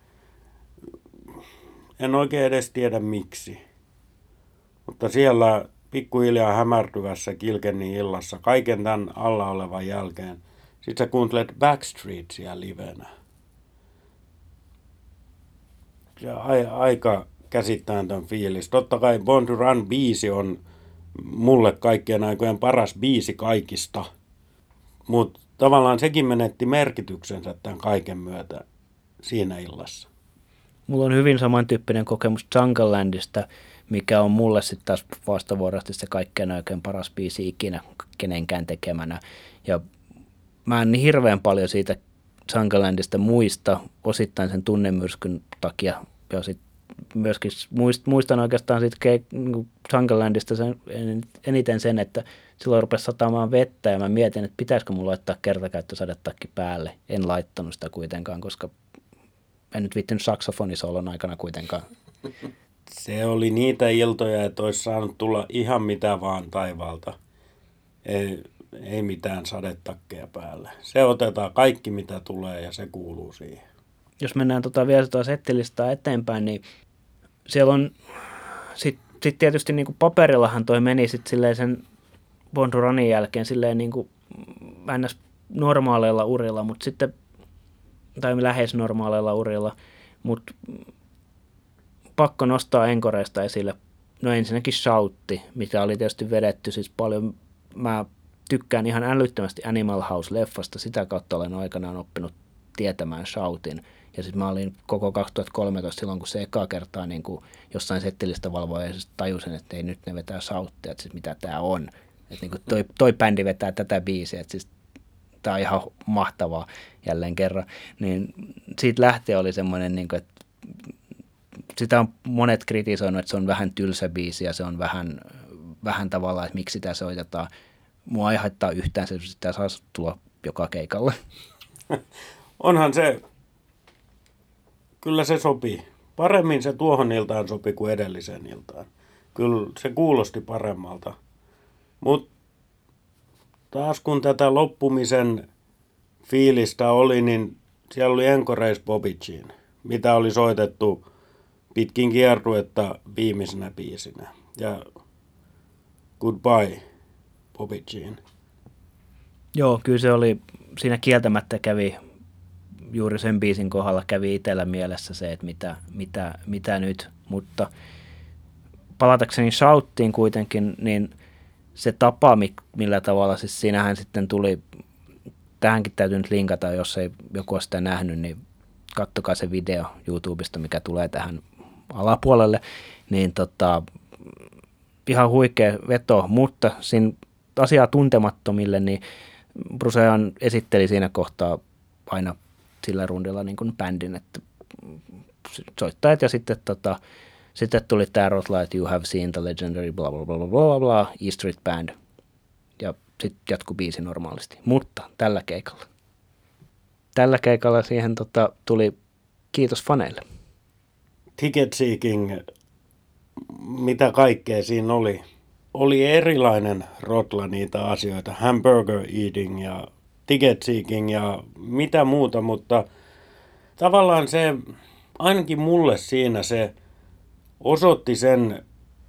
En oikein edes tiedä miksi. Mutta siellä pikkuhiljaa hämärtyvässä Kilkennin illassa, kaiken tämän alla olevan jälkeen, sit sä kuuntelet Backstreetsia livenä. Ja aika käsittämätön fiilis. Totta kai Born to Run -biisi on mulle kaikkien aikojen paras biisi kaikista. Mutta tavallaan sekin menetti merkityksensä tämän kaiken myötä siinä illassa. Mulla on hyvin samantyyppinen kokemus Junglelandista, mikä on mulle sitten taas vastavuoroisesti se kaikkein oikein paras biisi ikinä kenenkään tekemänä. Ja mä en niin hirveän paljon siitä Junglelandista muista, osittain sen tunnemyrskyn takia. Ja sit myöskin muistan oikeastaan siitä Junglelandista eniten sen, että silloin rupesi satamaan vettä ja mä mietin, että pitäisikö mun laittaa kertakäyttösadetakki päälle. En laittanut sitä kuitenkaan, koska en nyt viittinyt saksofonisoolon aikana kuitenkaan. Se oli niitä iltoja, että olisi saanut tulla ihan mitä vaan taivaalta. Ei mitään sadetakkeja päälle. Se otetaan kaikki mitä tulee ja se kuuluu siihen. Jos mennään vielä sitä settilistaa eteenpäin, niin siellä on sit tietysti niin kuin paperillahan toi meni sitten silleen sen Born to Runin jälkeen silleen niin kuin ns. Normaaleilla urilla, mutta sitten tai lähes normaaleilla urilla, mutta pakko nostaa enkoreista esille. No ensinnäkin Shoutti, mikä oli tietysti vedetty siis paljon. Mä tykkään ihan älyttömästi Animal House-leffasta, sitä kautta olen aikanaan oppinut tietämään Shoutin. Ja sitten mä olin koko 2013 silloin, kun se ekaa kertaa niin kuin jossain settilistä valvojaisesta tajusin, että ei nyt ne vetää Shouttia, että siis mitä tää on. Että niin kuin toi bändi vetää tätä biisiä, että siis tää on ihan mahtavaa jälleen kerran. Niin siitä lähtien oli semmoinen, niin kuin, että sitä on monet kritisoinut, että se on vähän tylsä biisi ja se on vähän tavallaan, että miksi sitä soitetaan. Mua ei haittaa yhtään se, että sitä saa tulla joka keikalle. Onhan se, kyllä se sopii. Paremmin se tuohon iltaan sopi kuin edelliseen iltaan. Kyllä se kuulosti paremmalta. Mutta taas kun tätä loppumisen fiilistä oli, niin siellä oli Encoreis Bobby Jean, mitä oli soitettu pitkin kiertuetta viimeisenä biisinä. Ja Goodbye, Bobby Jean. Joo, kyllä se oli, siinä kieltämättä kävi juuri sen biisin kohdalla kävi itsellä mielessä se, että mitä nyt, mutta palatakseni Shouttiin kuitenkin, niin se tapa, millä tavalla, siis siinähän sitten tuli, tähänkin täytyy nyt linkata, jos ei joku ole sitä nähnyt, niin kattokaa se video YouTubesta, mikä tulee tähän alapuolelle, niin ihan huikea veto, mutta siinä asiaa tuntemattomille, niin Brucean esitteli siinä kohtaa aina sillä rundilla niin kuin bändin, että soittajat ja sitten tuli tämä rotla, että You Have Seen the Legendary bla bla bla bla bla bla E Street Band ja sitten jatkui biisi normaalisti, mutta tällä keikalla siihen tuli kiitos faneille. Ticket Seeking, mitä kaikkea siinä oli. Oli erilainen rotla niitä asioita, hamburger eating ja ticket seeking ja mitä muuta, mutta tavallaan se, ainakin mulle siinä se osoitti sen,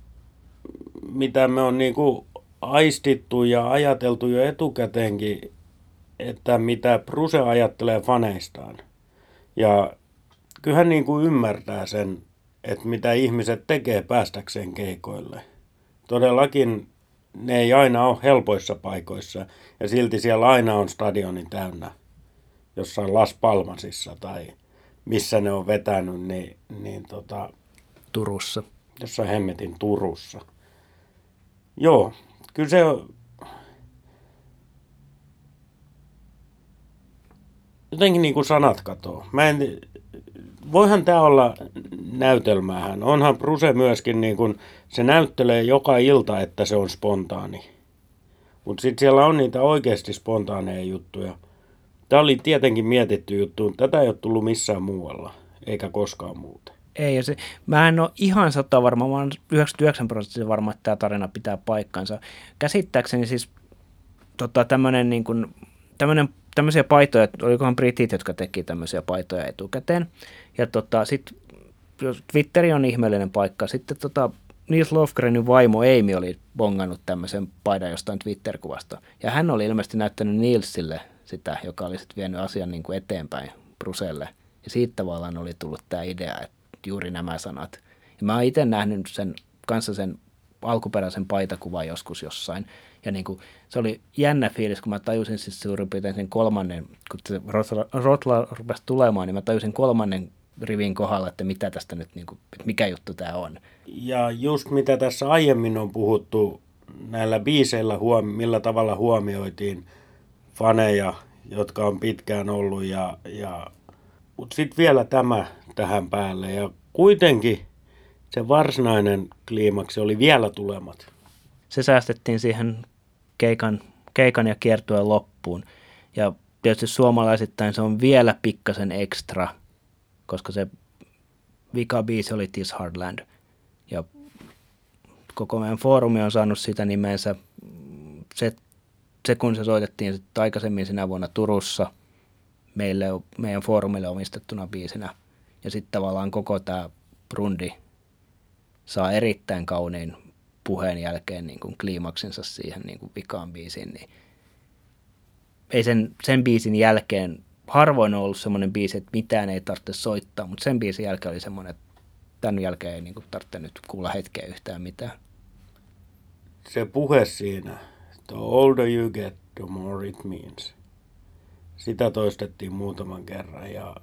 mitä me on niinku aistittu ja ajateltu jo etukäteenkin, että mitä Bruce ajattelee faneistaan. Ja kyllähän niinku ymmärtää sen, että mitä ihmiset tekee päästäkseen keikoille. Todellakin ne ei aina ole helpoissa paikoissa ja silti siellä aina on stadioni täynnä. Jossain Las Palmasissa tai missä ne on vetänyt, niin Turussa. Jossain hemmetin Turussa. Joo, kyllä se on jotenkin niin kuin sanat katoo. Voihan tämä olla näytelmäähän. Onhan Bruce myöskin, niin kun, se näyttelee joka ilta, että se on spontaani. Mutta sitten siellä on niitä oikeasti spontaaneja juttuja. Tämä oli tietenkin mietitty juttu, mutta tätä ei ole tullut missään muualla, eikä koskaan muuten. Ei, ja mä en ole ihan 100 varma, mä oon 99% varma, että tämä tarina pitää paikkansa. Käsittääkseni siis tämmöisiä paitoja, olikohan britit, jotka teki tämmöisiä paitoja etukäteen. Ja sitten Twitteri on ihmeellinen paikka. Sitten Nils Lofgrenin vaimo Amy oli bongannut tämmöisen paidan jostain Twitter-kuvasta. Ja hän oli ilmeisesti näyttänyt Nilsille sitä, joka oli sitten vienyt asian niin kuin eteenpäin Brucelle. Ja siitä tavallaan oli tullut tämä idea, että juuri nämä sanat. Ja mä oon itse nähnyt sen alkuperäisen paitakuvan joskus jossain. Ja niin kuin, se oli jännä fiilis, kun mä tajusin siis suurin piirtein sen kolmannen, kun se Rotla rupesi tulemaan, niin mä tajusin kolmannen rivin kohdalla, että mitä tästä nyt, niin kuin, että mikä juttu tämä on. Ja just mitä tässä aiemmin on puhuttu näillä biiseillä, millä tavalla huomioitiin faneja, jotka on pitkään ollut. Mutta sitten vielä tämä tähän päälle. Ja kuitenkin se varsinainen kliimaksi oli vielä tulemat. Se säästettiin siihen keikan ja kiertueen loppuun. Ja tietysti suomalaisittain se on vielä pikkasen ekstra, koska se vikabiisi oli This Hard Land. Ja koko meidän foorumi on saanut sitä nimensä. Se kun se soitettiin sitten aikaisemmin sinä vuonna Turussa meidän foorumille omistettuna biisinä. Ja sitten tavallaan koko tämä brundi saa erittäin kauniin puheen jälkeen niin kuin kliimaksensa siihen niin kuin vikaan biisiin. Niin ei sen biisin jälkeen harvoin on ollut semmoinen biisi, että mitään ei tarvitse soittaa, mutta sen biisin jälkeen oli semmoinen, että tämän jälkeen ei niin kuin tarvitse nyt kuulla hetkeä yhtään mitään. Se puhe siinä, the older you get, the more it means. Sitä toistettiin muutaman kerran ja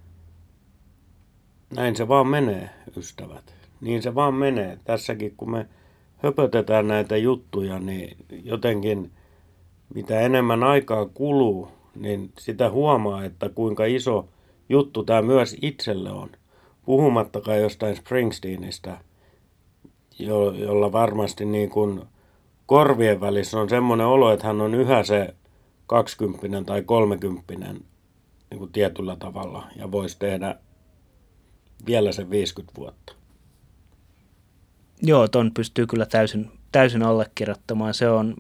näin se vaan menee, ystävät. Niin se vaan menee. Tässäkin kun me höpötetään näitä juttuja, niin jotenkin mitä enemmän aikaa kuluu, niin sitä huomaa, että kuinka iso juttu tämä myös itselle on. Puhumattakaan jostain Springsteenistä, jolla varmasti niin kuin korvien välissä on semmoinen olo, että hän on yhä se 20 tai 30 niin kuin tietyllä tavalla ja voisi tehdä vielä sen 50 vuotta. Joo, ton pystyy kyllä täysin allekirjoittamaan. Se on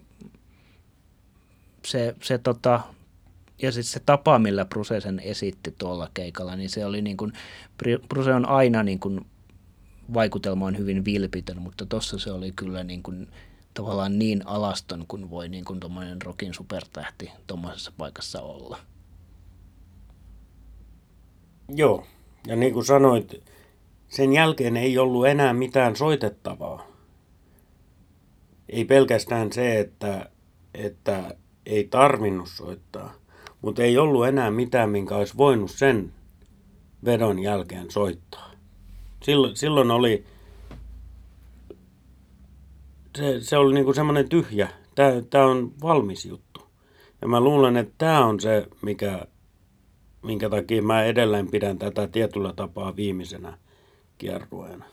ja siis se tapa, millä Bruce sen esitti tuolla keikalla, niin se oli niin kuin, Bruce on aina niin kuin vaikutelmaan hyvin vilpitön, mutta tossa se oli kyllä niin kuin tavallaan niin alaston kuin voi niin kuin tommoinen rockin supertähti tuommoisessa paikassa olla. Joo, ja niin kuin sanoit, sen jälkeen ei ollut enää mitään soitettavaa. Ei pelkästään se, että ei tarvinnut soittaa, mutta ei ollut enää mitään, minkä olisi voinut sen vedon jälkeen soittaa. Silloin oli, se oli niinku semmoinen tyhjä, tämä on valmis juttu. Ja mä luulen, että tämä on se, minkä takia mä edelleen pidän tätä tietyllä tapaa viimeisenä kierrueena.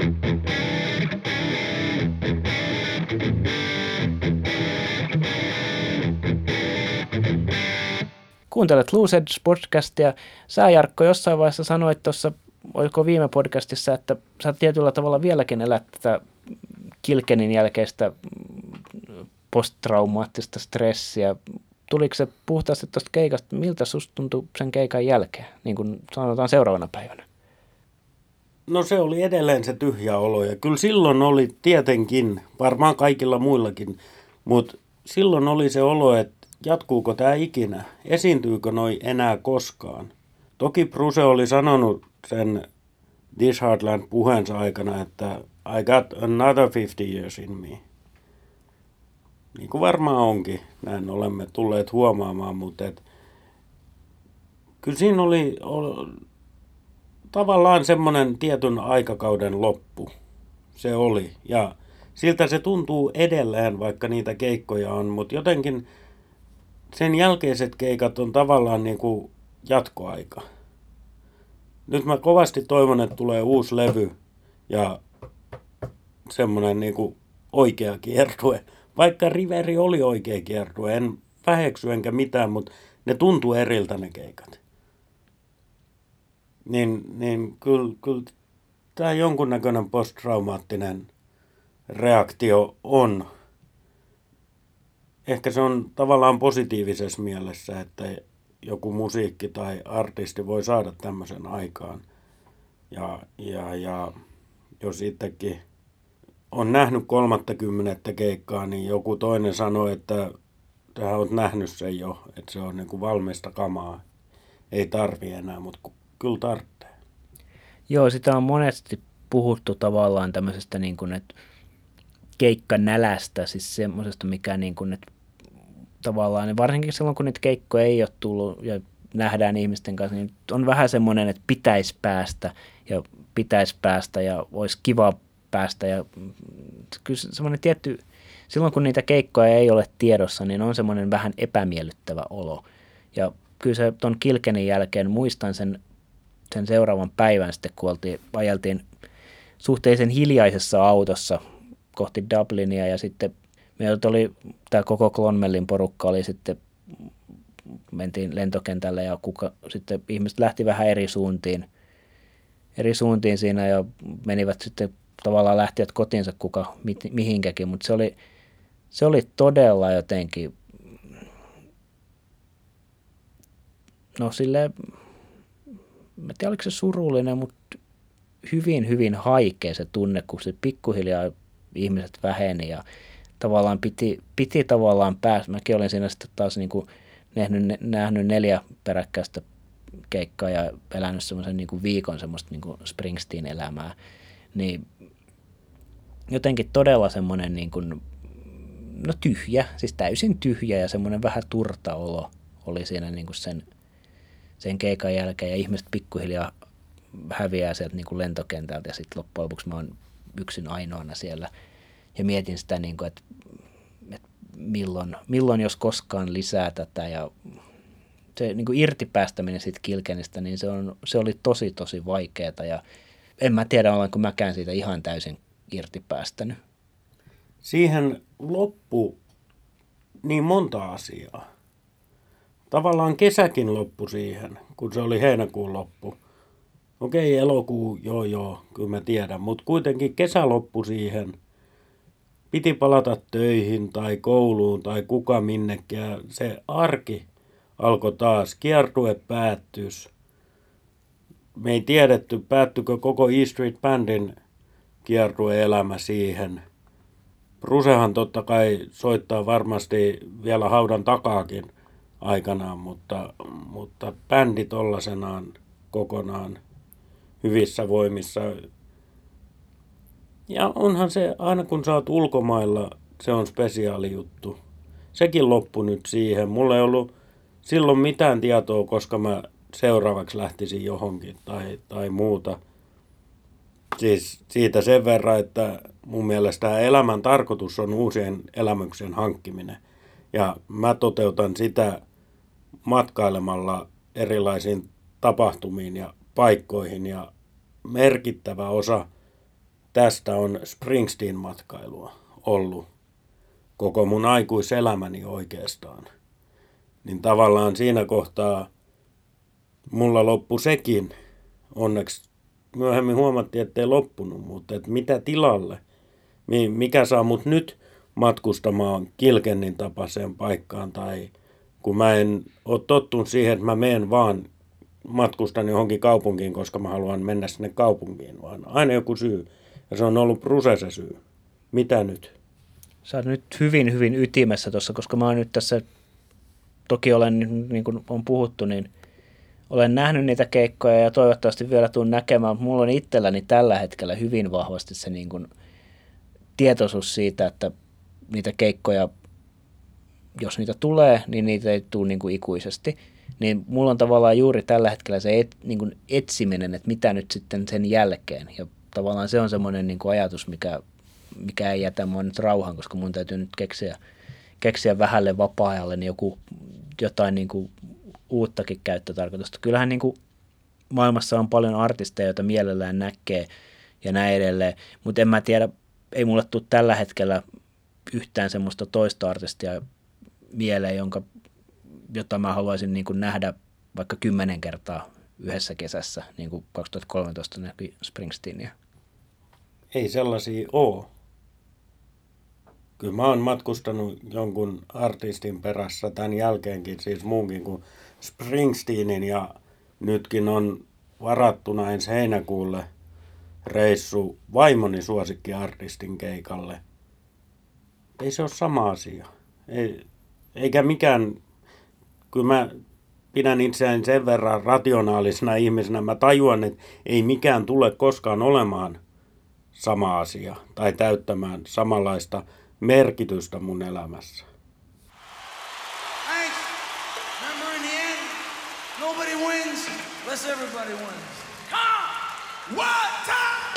Kuuntelet Loose Edge podcastia. Sä, Jarkko, jossain vaiheessa sanoit tuossa, oliko viime podcastissa, että sä tietyllä tavalla vieläkin elät tätä Kilkenin jälkeistä posttraumaattista stressiä. Tuliko se puhtaasti tuosta keikasta? Miltä susta tuntui sen keikan jälkeen, niin kuin sanotaan seuraavana päivänä? No se oli edelleen se tyhjä olo ja kyllä silloin oli tietenkin, varmaan kaikilla muillakin, mutta silloin oli se olo, että jatkuuko tämä ikinä, esiintyykö noi enää koskaan. Toki Bruce oli sanonut sen This Hard Land -puheensa aikana, että I got another 50 years in me. Niin kuin varmaan onkin, näin olemme tulleet huomaamaan, mutta kyllä siinä oli tavallaan semmoinen tietyn aikakauden loppu. Se oli. Ja siltä se tuntuu edelleen, vaikka niitä keikkoja on, mutta jotenkin sen jälkeiset keikat on tavallaan niin kuin jatkoaika. Nyt mä kovasti toivon, että tulee uusi levy ja semmoinen niin kuin oikea kiertue. Vaikka Riveri oli oikea kiertue, en väheksy enkä mitään, mutta ne tuntuu eriltä ne keikat. Niin kyllä tämä jonkunnäköinen posttraumaattinen reaktio on. Ehkä se on tavallaan positiivisessa mielessä, että joku musiikki tai artisti voi saada tämmöisen aikaan. Ja jos itsekin on nähnyt 30 keikkaa, niin joku toinen sanoi, että sä oot nähnyt sen jo, että se on niin kuin valmista kamaa. Ei tarvi enää, mutta kyllä tarvitsee. Joo, sitä on monesti puhuttu tavallaan tämmöisestä niin kuin, että keikkanälästä, siis semmoisesta, mikä niin kuin, että tavallaan, varsinkin silloin, kun niitä keikkoja ei ole tullut ja nähdään ihmisten kanssa, niin on vähän semmoinen, että pitäisi päästä ja olisi kiva päästä. Ja kyllä semmoinen tietty, silloin kun niitä keikkoja ei ole tiedossa, niin on semmoinen vähän epämiellyttävä olo. Ja kyllä se ton Kilkenin jälkeen muistan sen seuraavan päivän sitten, kun ajeltiin suhteellisen hiljaisessa autossa kohti Dublinia ja sitten meillä oli tämä koko Clonmellin porukka oli sitten, mentiin lentokentälle ja sitten ihmiset lähti vähän eri suuntiin siinä ja menivät sitten tavallaan lähtivät kotiinsa kuka mihinkäkin, mutta se oli todella jotenkin, no silleen, mä tiedän oliko se surullinen, mutta hyvin, hyvin haikea se tunne, kun se pikkuhiljaa ihmiset väheni ja tavallaan piti tavallaan päästä. Mäkin olin siinä sitten taas niin kuin nähnyt 4 peräkkäistä keikkaa ja elänyt semmoisen niin kuin viikon semmoista niin kuin Springsteen-elämää. Niin jotenkin todella semmoinen niin kuin, no tyhjä, siis täysin tyhjä ja semmoinen vähän turtaolo oli siinä niin kuin sen keikan jälkeen ja ihmiset pikkuhiljaa häviää sieltä niin kuin lentokentältä ja sitten loppujen lopuksi mä oon yksin ainoana siellä ja mietin sitä, niin kuin, että milloin jos koskaan lisää tätä ja se niin kuin irtipäästäminen siitä Kilkenistä, niin se oli tosi vaikeaa ja en mä tiedä, olenko mäkään siitä ihan täysin irtipäästänyt. Siihen loppu niin monta asiaa. Tavallaan kesäkin loppu siihen, kun se oli heinäkuun loppu. Okei, elokuu, joo, kyllä mä tiedän, mutta kuitenkin kesä loppu siihen. Piti palata töihin tai kouluun tai kuka minnekin ja se arki alkoi taas. Kiertue päättys. Me ei tiedetty, päättykö koko E Street Bandin kiertue-elämä siihen. Brucehan totta kai soittaa varmasti vielä haudan takaakin aikanaan, mutta bändi tollasenaan kokonaan hyvissä voimissa. Ja onhan se, aina kun sä oot ulkomailla, se on spesiaali juttu. Sekin loppui nyt siihen. Mulla ei ollut silloin mitään tietoa, koska mä seuraavaksi lähtisin johonkin tai muuta. Siis siitä sen verran, että mun mielestä elämän tarkoitus on uusien elämyksen hankkiminen. Ja mä toteutan sitä matkailemalla erilaisiin tapahtumiin ja paikkoihin. Ja merkittävä osa tästä on Springsteen-matkailua ollut koko mun aikuiselämäni oikeastaan. Niin tavallaan siinä kohtaa mulla loppui sekin. Onneksi myöhemmin huomattiin, ettei loppunut, mutta että mitä tilalle? Mikä saa mut nyt matkustamaan Kilkennin tapaiseen paikkaan tai kun mä en ole tottunut siihen, että mä menen vaan matkustan johonkin kaupunkiin, koska mä haluan mennä sinne kaupunkiin, vaan aina joku syy. Ja se on ollut Bruce se syy. Mitä nyt? Sä oot nyt hyvin, hyvin ytimessä tuossa, koska mä oon nyt tässä, toki olen, niin kuin on puhuttu, niin olen nähnyt niitä keikkoja ja toivottavasti vielä tuun näkemään, mutta mulla on itselläni tällä hetkellä hyvin vahvasti se niin kuin tietoisuus siitä, että niitä keikkoja, jos niitä tulee, niin niitä ei tule niin kuin ikuisesti. Niin mulla on tavallaan juuri tällä hetkellä se niin kuin etsiminen, että mitä nyt sitten sen jälkeen. Ja tavallaan se on semmoinen niin kuin ajatus, mikä ei jätä mua nyt rauhaan, koska mun täytyy nyt keksiä vähälle vapaa-ajalle niin jotain niin kuin uuttakin käyttötarkoitusta. Kyllähän niin kuin maailmassa on paljon artisteja, joita mielellään näkee ja näin edelleen, mutta en mä tiedä, ei mulle tule tällä hetkellä yhtään semmoista toista artistia mieleen, jota mä haluaisin niin kuin nähdä vaikka 10 kertaa yhdessä kesässä, niin kuin 2013 näkyi Springsteenia. Ei sellaisia ole. Kyllä mä oon matkustanut jonkun artistin perässä tämän jälkeenkin, siis muunkin kuin Springsteenin, ja nytkin on varattuna ensi heinäkuulle reissu vaimoni suosikkiartistin keikalle. Ei se ole sama asia. Eikä mikään, kyllä mä pidän itseäni sen verran rationaalisena ihmisenä, mä tajuan, että ei mikään tule koskaan olemaan sama asia tai täyttämään samanlaista merkitystä mun elämässä. Thanks. Remember in the end, nobody wins unless everybody wins. Come! What time?